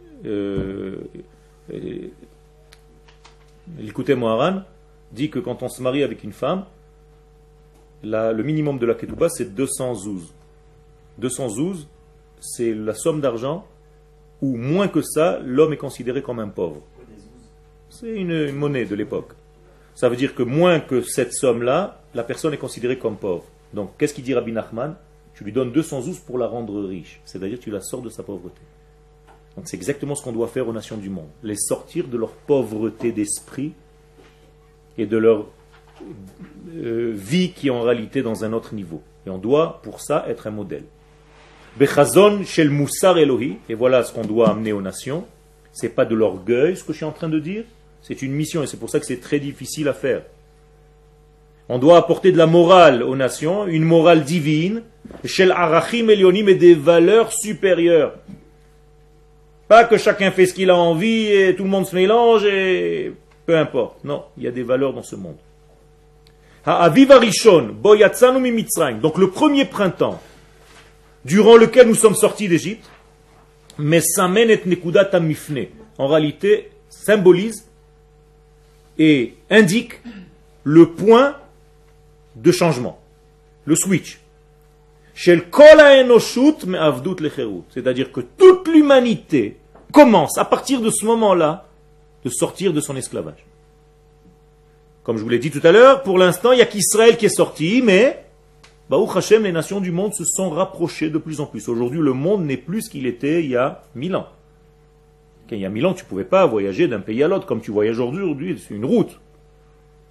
[SPEAKER 1] l'Ikouté Moharan, dit que quand on se marie avec une femme, le minimum de la ketouba, c'est 200 zouz. 200 zouz, c'est la somme d'argent où, moins que ça, l'homme est considéré comme un pauvre. C'est une monnaie de l'époque. Ça veut dire que moins que cette somme-là, la personne est considérée comme pauvre. Donc, qu'est-ce qu'il dit Rabbi Nachman? Tu lui donnes 200 zouz pour la rendre riche. C'est-à-dire que tu la sors de sa pauvreté. Donc, c'est exactement ce qu'on doit faire aux nations du monde. Les sortir de leur pauvreté d'esprit et de leur vie qui est en réalité dans un autre niveau. Et on doit, pour ça, être un modèle. Bechazon shel Musar Elohi, et voilà ce qu'on doit amener aux nations. C'est pas de l'orgueil, ce que je suis en train de dire. C'est une mission, et c'est pour ça que c'est très difficile à faire. On doit apporter de la morale aux nations, une morale divine, shel Arachim Elionim, et des valeurs supérieures. Pas que chacun fait ce qu'il a envie, et tout le monde se mélange, et peu importe. Non, il y a des valeurs dans ce monde. Ha'aviv Arishon, bo yatzanu mimitzrayim. Donc le premier printemps, durant lequel nous sommes sortis d'Égypte, mesamen et nekudat hamifne, en réalité symbolise et indique le point de changement, le switch. Shel kol ha'enoshut me'avdut lecherut, c'est-à-dire que toute l'humanité commence à partir de ce moment-là de sortir de son esclavage. Comme je vous l'ai dit tout à l'heure, pour l'instant, il n'y a qu'Israël qui est sorti, mais Baruch Hashem, les nations du monde se sont rapprochées de plus en plus. Aujourd'hui, le monde n'est plus ce qu'il était il y a 1000 ans. Il y a 1000 ans, tu ne pouvais pas voyager d'un pays à l'autre comme tu voyages aujourd'hui, c'est une route.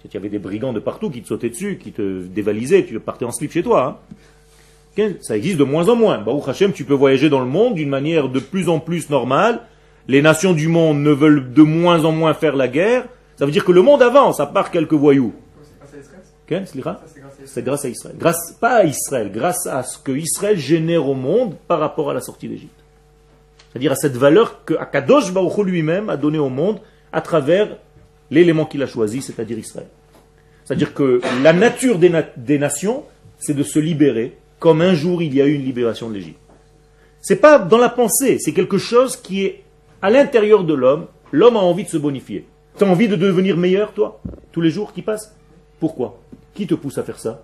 [SPEAKER 1] Il y avait des brigands de partout qui te sautaient dessus, qui te dévalisaient, tu partais en slip chez toi. Hein. Ça existe de moins en moins. Baruch Hashem, tu peux voyager dans le monde d'une manière de plus en plus normale. Les nations du monde ne veulent de moins en moins faire la guerre. Ça veut dire que le monde avance, à part quelques voyous.
[SPEAKER 2] C'est grâce à Israël.
[SPEAKER 1] C'est grâce à Israël. Pas à Israël, grâce à ce que Israël génère au monde par rapport à la sortie d'Égypte. C'est-à-dire à cette valeur que Akadosh Baruch Hu lui-même a donnée au monde à travers l'élément qu'il a choisi, c'est-à-dire Israël. C'est-à-dire que la nature des nations, c'est de se libérer, comme un jour il y a eu une libération de l'Égypte. C'est pas dans la pensée, c'est quelque chose qui est à l'intérieur de l'homme. L'homme a envie de se bonifier. Tu as envie de devenir meilleur, toi, tous les jours qui passent? Pourquoi? Qui te pousse à faire ça?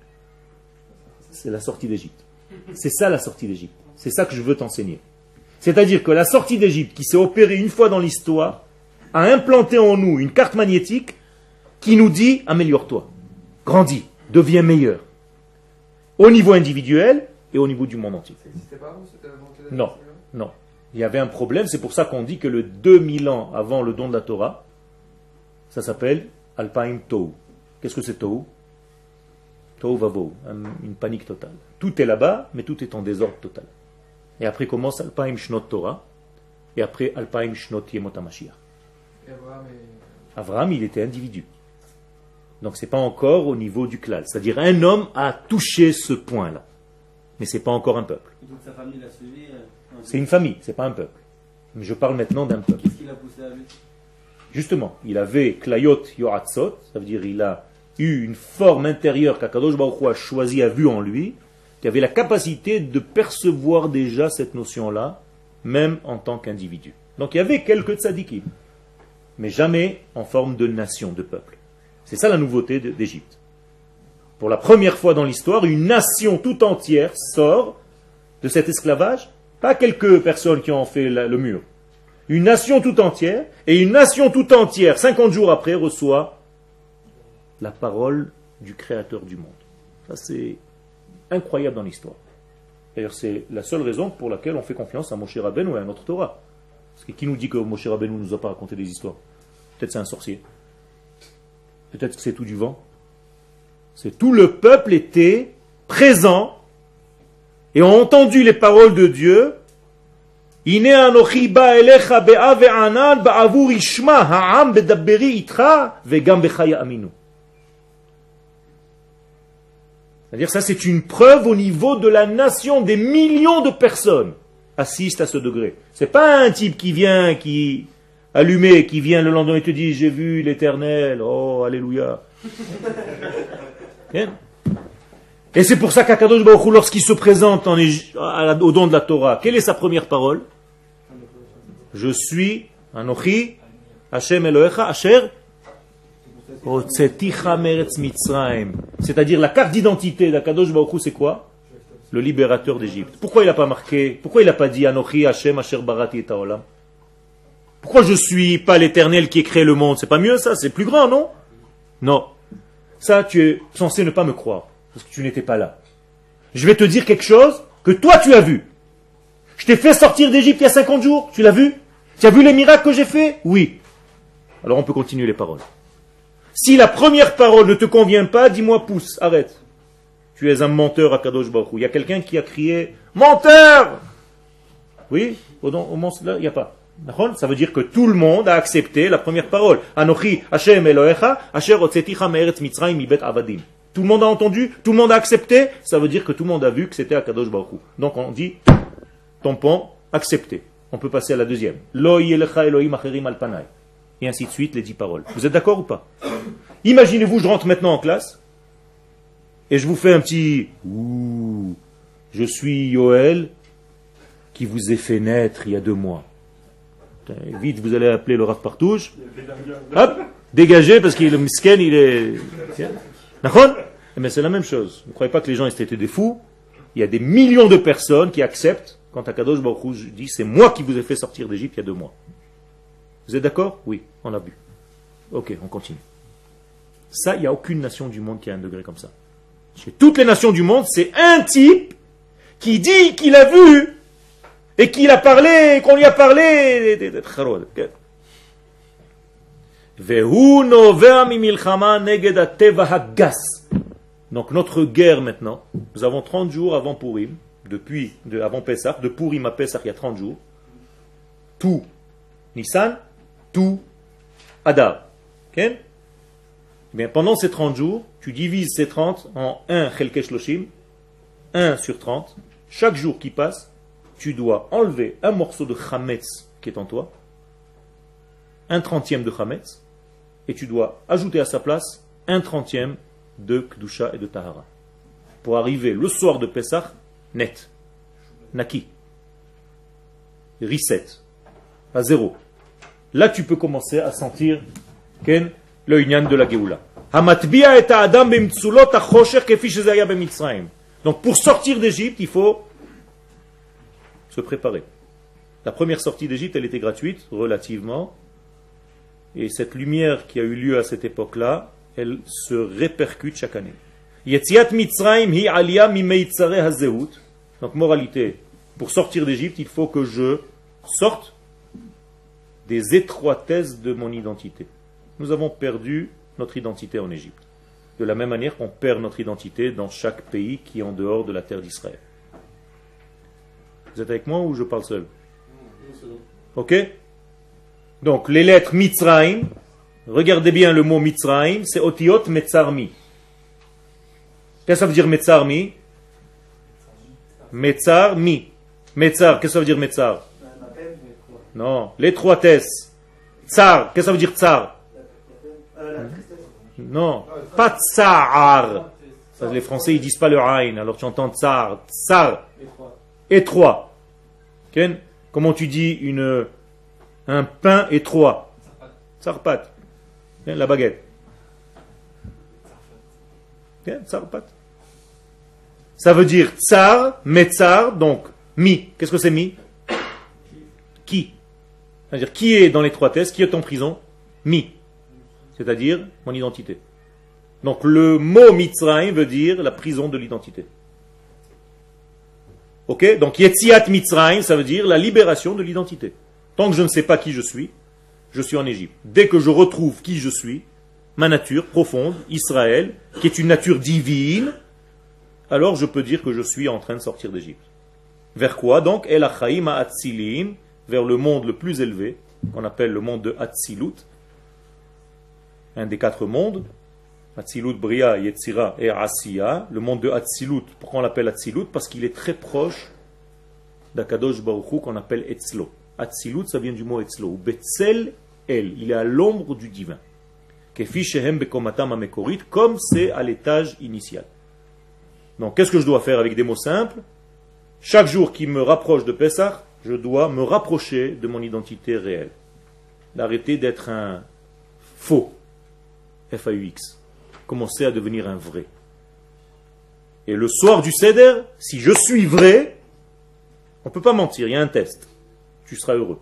[SPEAKER 1] C'est la sortie d'Égypte. C'est ça la sortie d'Égypte. C'est ça que je veux t'enseigner. C'est-à-dire que la sortie d'Égypte, qui s'est opérée une fois dans l'histoire, a implanté en nous une carte magnétique qui nous dit « améliore-toi, grandis, deviens meilleur » au niveau individuel et au niveau du monde entier.
[SPEAKER 2] Ça n'existait pas avant cette volonté d'être
[SPEAKER 1] Non,
[SPEAKER 2] meilleur?
[SPEAKER 1] non. Il y avait un problème, c'est pour ça qu'on dit que le 2000 ans avant le don de la Torah, ça s'appelle Alpaim Tohu. Qu'est-ce que c'est Tohu? Tohu Vavohu, une panique totale. Tout est là-bas, mais tout est en désordre total. Et après commence Alpaim Shnot Torah, et après Alpaim Shnot Yemot HaMashiach.
[SPEAKER 2] Et
[SPEAKER 1] Abraham, il était individu. Donc c'est pas encore au niveau du klal. C'est-à-dire un homme a touché ce point-là. Mais c'est pas encore un peuple.
[SPEAKER 3] Donc sa famille l'a suivi.
[SPEAKER 1] C'est une famille, c'est pas un peuple. Mais je parle maintenant d'un peuple.
[SPEAKER 3] Qu'est-ce qui l'a poussé à lui?
[SPEAKER 1] Justement, il avait Klayot Yoatzot, ça veut dire il a eu une forme intérieure qu'Akadosh Baruch Hu a choisi, a vu en lui, qui avait la capacité de percevoir déjà cette notion-là, même en tant qu'individu. Donc il y avait quelques tzadikim, mais jamais en forme de nation, de peuple. C'est ça la nouveauté d'Égypte. Pour la première fois dans l'histoire, une nation tout entière sort de cet esclavage, pas quelques personnes qui ont fait le mur. Une nation tout entière, et une nation tout entière, 50 jours après, reçoit la parole du Créateur du monde. Ça, c'est incroyable dans l'histoire. D'ailleurs, c'est la seule raison pour laquelle on fait confiance à Moshe Rabbeinu et à notre Torah. Parce que qui nous dit que Moshe Rabbeinu ne nous a pas raconté des histoires? Peut-être c'est un sorcier. Peut-être que c'est tout du vent. C'est tout le peuple était présent et ont entendu les paroles de Dieu. Ine anochi ba elecha be'a ve'anan ba'avur ishma ha'am bedabberi itra ve'gam bechaya aminu. C'est-à-dire ça c'est une preuve au niveau de la nation, des millions de personnes assistent à ce degré. C'est pas un type qui vient, qui allumé, qui vient le lendemain et te dit j'ai vu l'Éternel, oh alléluia. Et c'est pour ça qu'Akadosh Baruch Hu, lorsqu'il se présente au don de la Torah, quelle est sa première parole? Je suis Anochi, Hashem Elohecha, Asher Hotzeticha meretz Mitzrayim. C'est-à-dire la carte d'identité d'Akadosh Baruch Hu, c'est quoi? Le libérateur d'Égypte. Pourquoi il n'a pas marqué? Pourquoi il n'a pas dit Anochi, Hashem, Asher Barati et Haolam? Pourquoi je suis pas l'Éternel qui a créé le monde? C'est pas mieux ça? C'est plus grand, non? Non. Ça, tu es censé ne pas me croire, parce que tu n'étais pas là. Je vais te dire quelque chose que toi tu as vu. Je t'ai fait sortir d'Égypte il y a 50 jours, tu l'as vu? Tu as vu les miracles que j'ai faits? Oui. Alors on peut continuer les paroles. Si la première parole ne te convient pas, dis-moi pousse, arrête. Tu es un menteur à Kadosh Baruch Hu. Il y a quelqu'un qui a crié « Menteur !» Oui, au moment là, il n'y a pas. Ça veut dire que tout le monde a accepté la première parole. Anochi Hashem Elohecha, Asher Hotzeticha me'eretz Mitzrayim mibet avadim. Tout le monde a entendu, tout le monde a accepté. Ça veut dire que tout le monde a vu que c'était Akadosh Baruch Hu. Donc on dit tampon, accepté. On peut passer à la deuxième. Lo yelecha Elohim acherim al panai. Et ainsi de suite, les 10 paroles. Vous êtes d'accord ou pas? Imaginez-vous, je rentre maintenant en classe et je vous fais un petit ouh. Je suis Yoel qui vous ai fait naître il y a 2 mois. Vite, vous allez appeler le Rav Partouche. Hop, dégagez parce qu'il est misken, il est... D'accord? Mais c'est la même chose. Ne croyez pas que les gens étaient des fous. Il y a des millions de personnes qui acceptent quand Akadosh Baruch Hu dit c'est moi qui vous ai fait sortir d'Égypte il y a 2 mois. Vous êtes d'accord? Oui, on a vu. Ok, on continue. Ça, il n'y a aucune nation du monde qui a un degré comme ça. Chez toutes les nations du monde, c'est un type qui dit qu'il a vu et qu'il a parlé, qu'on lui a parlé. Donc notre guerre maintenant, nous avons 30 jours avant Purim, avant Pessah, de Purim à Pessah il y a 30 jours, tout Nissan, tout Adar. Okay? Bien, pendant ces 30 jours, tu divises ces 30 en 1 Chelke Shloshim, 1 sur 30. Chaque jour qui passe, tu dois enlever un morceau de Chametz qui est en toi, 1/30 de Chametz, et tu dois ajouter à sa place 1/30 de Kedusha et de Tahara. Pour arriver le soir de Pessah, net, naki, reset, à zéro. Là, tu peux commencer à sentir ken, le inyan de la Géoula. Donc, pour sortir d'Égypte, il faut se préparer. La première sortie d'Égypte, elle était gratuite, relativement. Et cette lumière qui a eu lieu à cette époque-là, elle se répercute chaque année. Donc, moralité, pour sortir d'Égypte, il faut que je sorte des étroitesses de mon identité. Nous avons perdu notre identité en Égypte. De la même manière qu'on perd notre identité dans chaque pays qui est en dehors de la terre d'Israël. Vous êtes avec moi ou je parle seul? Ok? Donc, les lettres Mitzrayim, regardez bien le mot Mitzrayim, c'est Otiot Metzarmi. Qu'est-ce que ça veut dire Metzarmi? Metzarmi. Metzar, qu'est-ce que ça veut dire Metzar? Non, l'étroitesse. Tsar, qu'est-ce que ça veut dire Tsar? Non, pas Tsar. Ça, les Français, ils disent pas le Aïn, alors tu entends Tsar. Tsar, étroit. Okay? Comment tu dis un pain étroit? Tsarpat. La baguette. Okay? Tsarpat. Ça veut dire Tsar, Metzar, donc Mi. Qu'est-ce que c'est Mi? Qui? C'est-à-dire, qui est dans l'étroitesse, qui est en prison? Mi. C'est-à-dire, mon identité. Donc, le mot Mitzrayim veut dire la prison de l'identité. Ok? Donc, Yetziat Mitzrayim, ça veut dire la libération de l'identité. Tant que je ne sais pas qui je suis en Égypte. Dès que je retrouve qui je suis, ma nature profonde, Israël, qui est une nature divine, alors je peux dire que je suis en train de sortir d'Égypte. Vers quoi donc? El Achaim Atzilim, vers le monde le plus élevé, qu'on appelle le monde de Atzilut, un des 4 mondes, Atzilut, Bria, Yetzira et Asiya. Le monde de Atzilut, pourquoi on l'appelle Atzilut? Parce qu'il est très proche d'Akadosh Baruch Hu, qu'on appelle Etzlo. Atzilut, ça vient du mot Etzlo. Betzel, El, il est à l'ombre du divin. Kefi Shehem Bekomatam Amekorit, comme c'est à l'étage initial. Donc, qu'est-ce que je dois faire avec des mots simples? Chaque jour qui me rapproche de Pessah, je dois me rapprocher de mon identité réelle. D'arrêter d'être un faux, F-A-U-X. Commencer à devenir un vrai. Et le soir du Seder, si je suis vrai, on ne peut pas mentir, il y a un test. Tu seras heureux.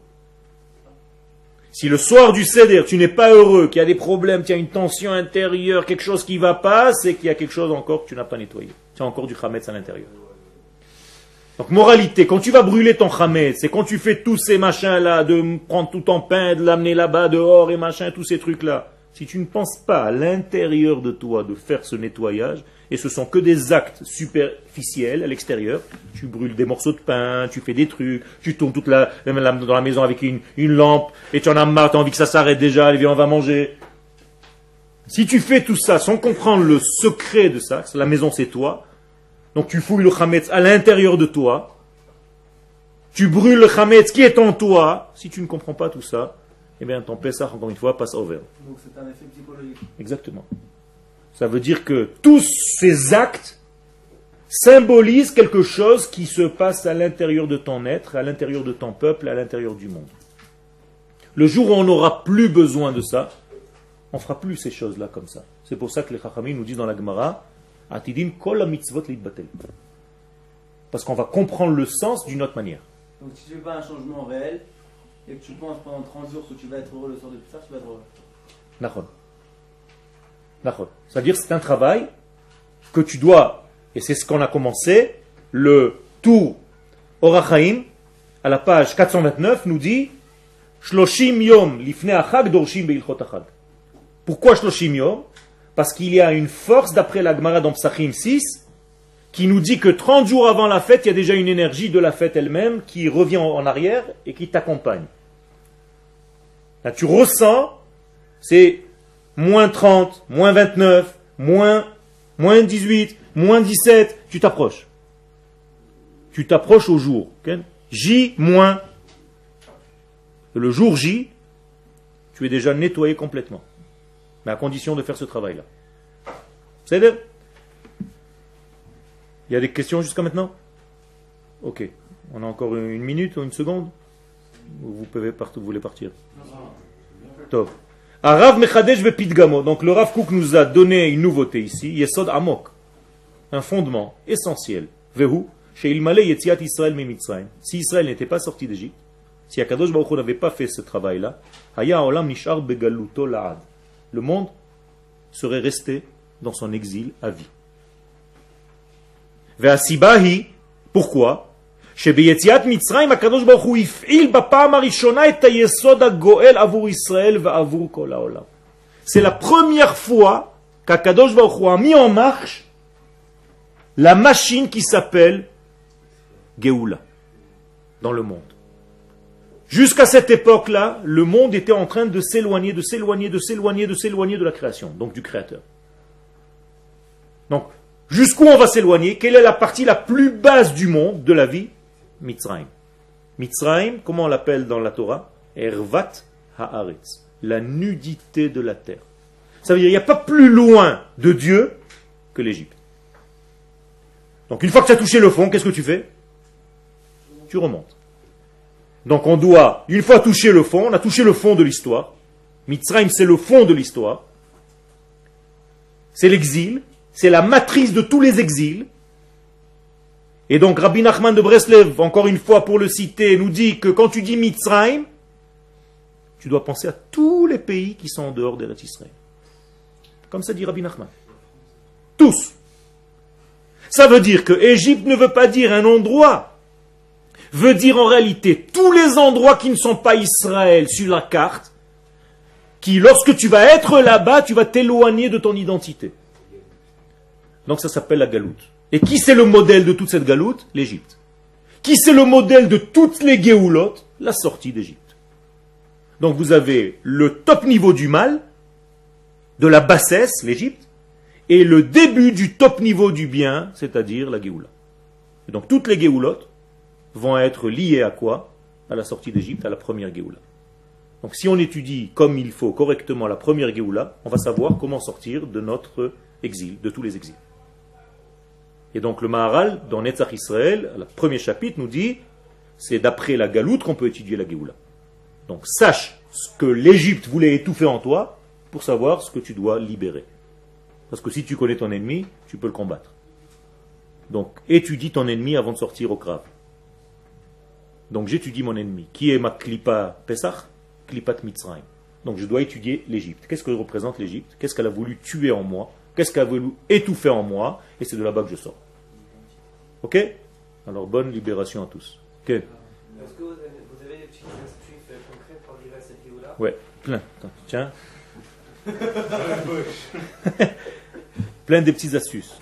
[SPEAKER 1] Si le soir du Seder, tu n'es pas heureux, qu'il y a des problèmes, qu'il y a une tension intérieure, quelque chose qui ne va pas, c'est qu'il y a quelque chose encore que tu n'as pas nettoyé. Tu as encore du chametz à l'intérieur. Donc, moralité, quand tu vas brûler ton chametz, c'est quand tu fais tous ces machins-là, de prendre tout ton pain, de l'amener là-bas, dehors et machin, tous ces trucs-là. Si tu ne penses pas à l'intérieur de toi de faire ce nettoyage, et ce sont que des actes superficiels à l'extérieur, tu brûles des morceaux de pain, tu fais des trucs, tu tournes toute dans la maison avec une lampe, et tu en as marre, tu as envie que ça s'arrête déjà, allez viens on va manger. Si tu fais tout ça sans comprendre le secret de ça, la maison c'est toi, donc tu fouilles le chametz à l'intérieur de toi, tu brûles le chametz qui est en toi, si tu ne comprends pas tout ça, eh bien ton Pessah, encore une fois, passe over.
[SPEAKER 3] Donc c'est un effet psychologique.
[SPEAKER 1] Exactement. Ça veut dire que tous ces actes symbolisent quelque chose qui se passe à l'intérieur de ton être, à l'intérieur de ton peuple, à l'intérieur du monde. Le jour où on n'aura plus besoin de ça, on ne fera plus ces choses-là comme ça. C'est pour ça que les Chachamim nous disent dans la Gemara, Atidim kol ha-mitzvot litbatel. Parce qu'on va comprendre le sens d'une autre manière.
[SPEAKER 3] Donc si tu ne fais pas un changement réel, et que tu penses pendant 30 jours que tu vas être heureux le soir de Pessah, tu vas être heureux.
[SPEAKER 1] Nachon. Nachon. C'est-à-dire c'est un travail que tu dois, et c'est ce qu'on a commencé, le tour Orach Chaim, à la page 429, nous dit Shloshim yom lifnei achag dorshim beilchot achag. Pourquoi Shloshim Yom? Parce qu'il y a une force, d'après la Gemara dans Psachim 6, qui nous dit que 30 jours avant la fête, il y a déjà une énergie de la fête elle-même qui revient en arrière et qui t'accompagne. Là, tu ressens, c'est moins 30, moins 29, moins 18, moins 17, tu t'approches. Tu t'approches au jour. Okay? J moins. Le jour J, tu es déjà nettoyé complètement. Mais à condition de faire ce travail-là. C'est vrai? Il y a des questions jusqu'à maintenant? Ok. On a encore une minute ou une seconde? Vous voulez partir? Top. Arav Mechadesh Vepidgamo. Donc le Rav Kook nous a donné une nouveauté ici. Yesod Amok. Un fondement essentiel. Vehu. Chez Ilmale Yetziat Israël Mimitzrayim. Si Israël n'était pas sorti d'Égypte, si Akadosh Baruch Hu n'avait pas fait ce travail-là, Haya Olam Nishar Begaluto Laad. Le monde serait resté dans son exil à vie. Ve'asibahi. Pourquoi? C'est la première fois qu'Akadosh Baruch Hu a mis en marche la machine qui s'appelle Géoula dans le monde. Jusqu'à cette époque-là, le monde était en train de s'éloigner de la création, donc du Créateur. Donc, jusqu'où on va s'éloigner? Quelle est la partie la plus basse du monde, de la vie? Mitzrayim. Mitzrayim, comment on l'appelle dans la Torah? Ervat haaretz, la nudité de la terre. Ça veut dire qu'il n'y a pas plus loin de Dieu que l'Égypte. Donc une fois que tu as touché le fond, qu'est-ce que tu fais? Tu remontes. Donc on doit, une fois touché le fond, on a touché le fond de l'histoire. Mitzrayim, c'est le fond de l'histoire. C'est l'exil, c'est la matrice de tous les exils. Et donc Rabbi Nachman de Breslev, encore une fois pour le citer, nous dit que quand tu dis Mitzrayim, tu dois penser à tous les pays qui sont en dehors d'Eretz Israël. Comme ça dit Rabbi Nachman. Tous. Ça veut dire que Égypte ne veut pas dire un endroit, veut dire en réalité tous les endroits qui ne sont pas Israël sur la carte, qui lorsque tu vas être là-bas, tu vas t'éloigner de ton identité. Donc ça s'appelle la galoute. Et qui c'est le modèle de toute cette galoute? L'Égypte. Qui c'est le modèle de toutes les géoulotes? La sortie d'Égypte. Donc vous avez le top niveau du mal, de la bassesse, l'Égypte, et le début du top niveau du bien, c'est-à-dire la géoula. Et donc toutes les géoulotes vont être liées à quoi? À la sortie d'Égypte, à la première géoula. Donc si on étudie comme il faut correctement la première géoula, on va savoir comment sortir de notre exil, de tous les exils. Et donc le Maharal, dans Netzach Israël, le premier chapitre, nous dit, c'est d'après la galoute qu'on peut étudier la Géoula. Donc sache ce que l'Égypte voulait étouffer en toi, pour savoir ce que tu dois libérer. Parce que si tu connais ton ennemi, tu peux le combattre. Donc étudie ton ennemi avant de sortir au Krav. Donc j'étudie mon ennemi. Qui est ma Klipa Pesach? Klipat Mitzrayim. Donc je dois étudier l'Égypte. Qu'est-ce que représente l'Égypte? Qu'est-ce qu'elle a voulu tuer en moi? Qu'est-ce qu'elle a voulu étouffer en moi? Et c'est de là-bas que je sors. Ok? Alors bonne libération à tous. Okay.
[SPEAKER 3] Est-ce que vous avez des petites astuces concrètes pour arriver à cette vidéo-là?
[SPEAKER 1] Ouais, plein. Attends, tiens. Plein de petites astuces.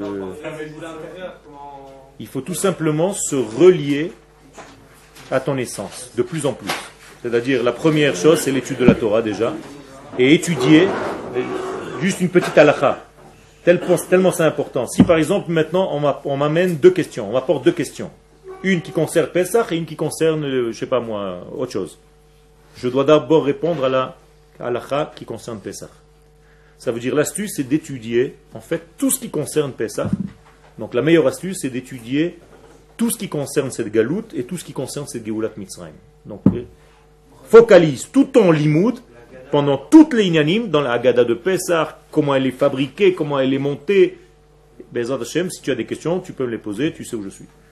[SPEAKER 1] Il faut tout simplement se relier à ton essence, de plus en plus. C'est-à-dire, la première chose, c'est l'étude de la Torah déjà, et étudier juste une petite halakha. Tellement c'est important. Si par exemple, maintenant, on m'amène deux questions, on m'apporte deux questions. Une qui concerne Pesach et une qui concerne, je sais pas moi, autre chose. Je dois d'abord répondre à la halakha qui concerne Pesach. Ça veut dire, l'astuce, c'est d'étudier, en fait, tout ce qui concerne Pesach. Donc la meilleure astuce, c'est d'étudier tout ce qui concerne cette galoute et tout ce qui concerne cette Géoulat Mitzrayim. Donc, focalise tout ton limoud pendant toutes les inyanim dans la Haggadah de Pesach, comment elle est fabriquée, comment elle est montée. Bezrat Hashem, si tu as des questions, tu peux me les poser, tu sais où je suis.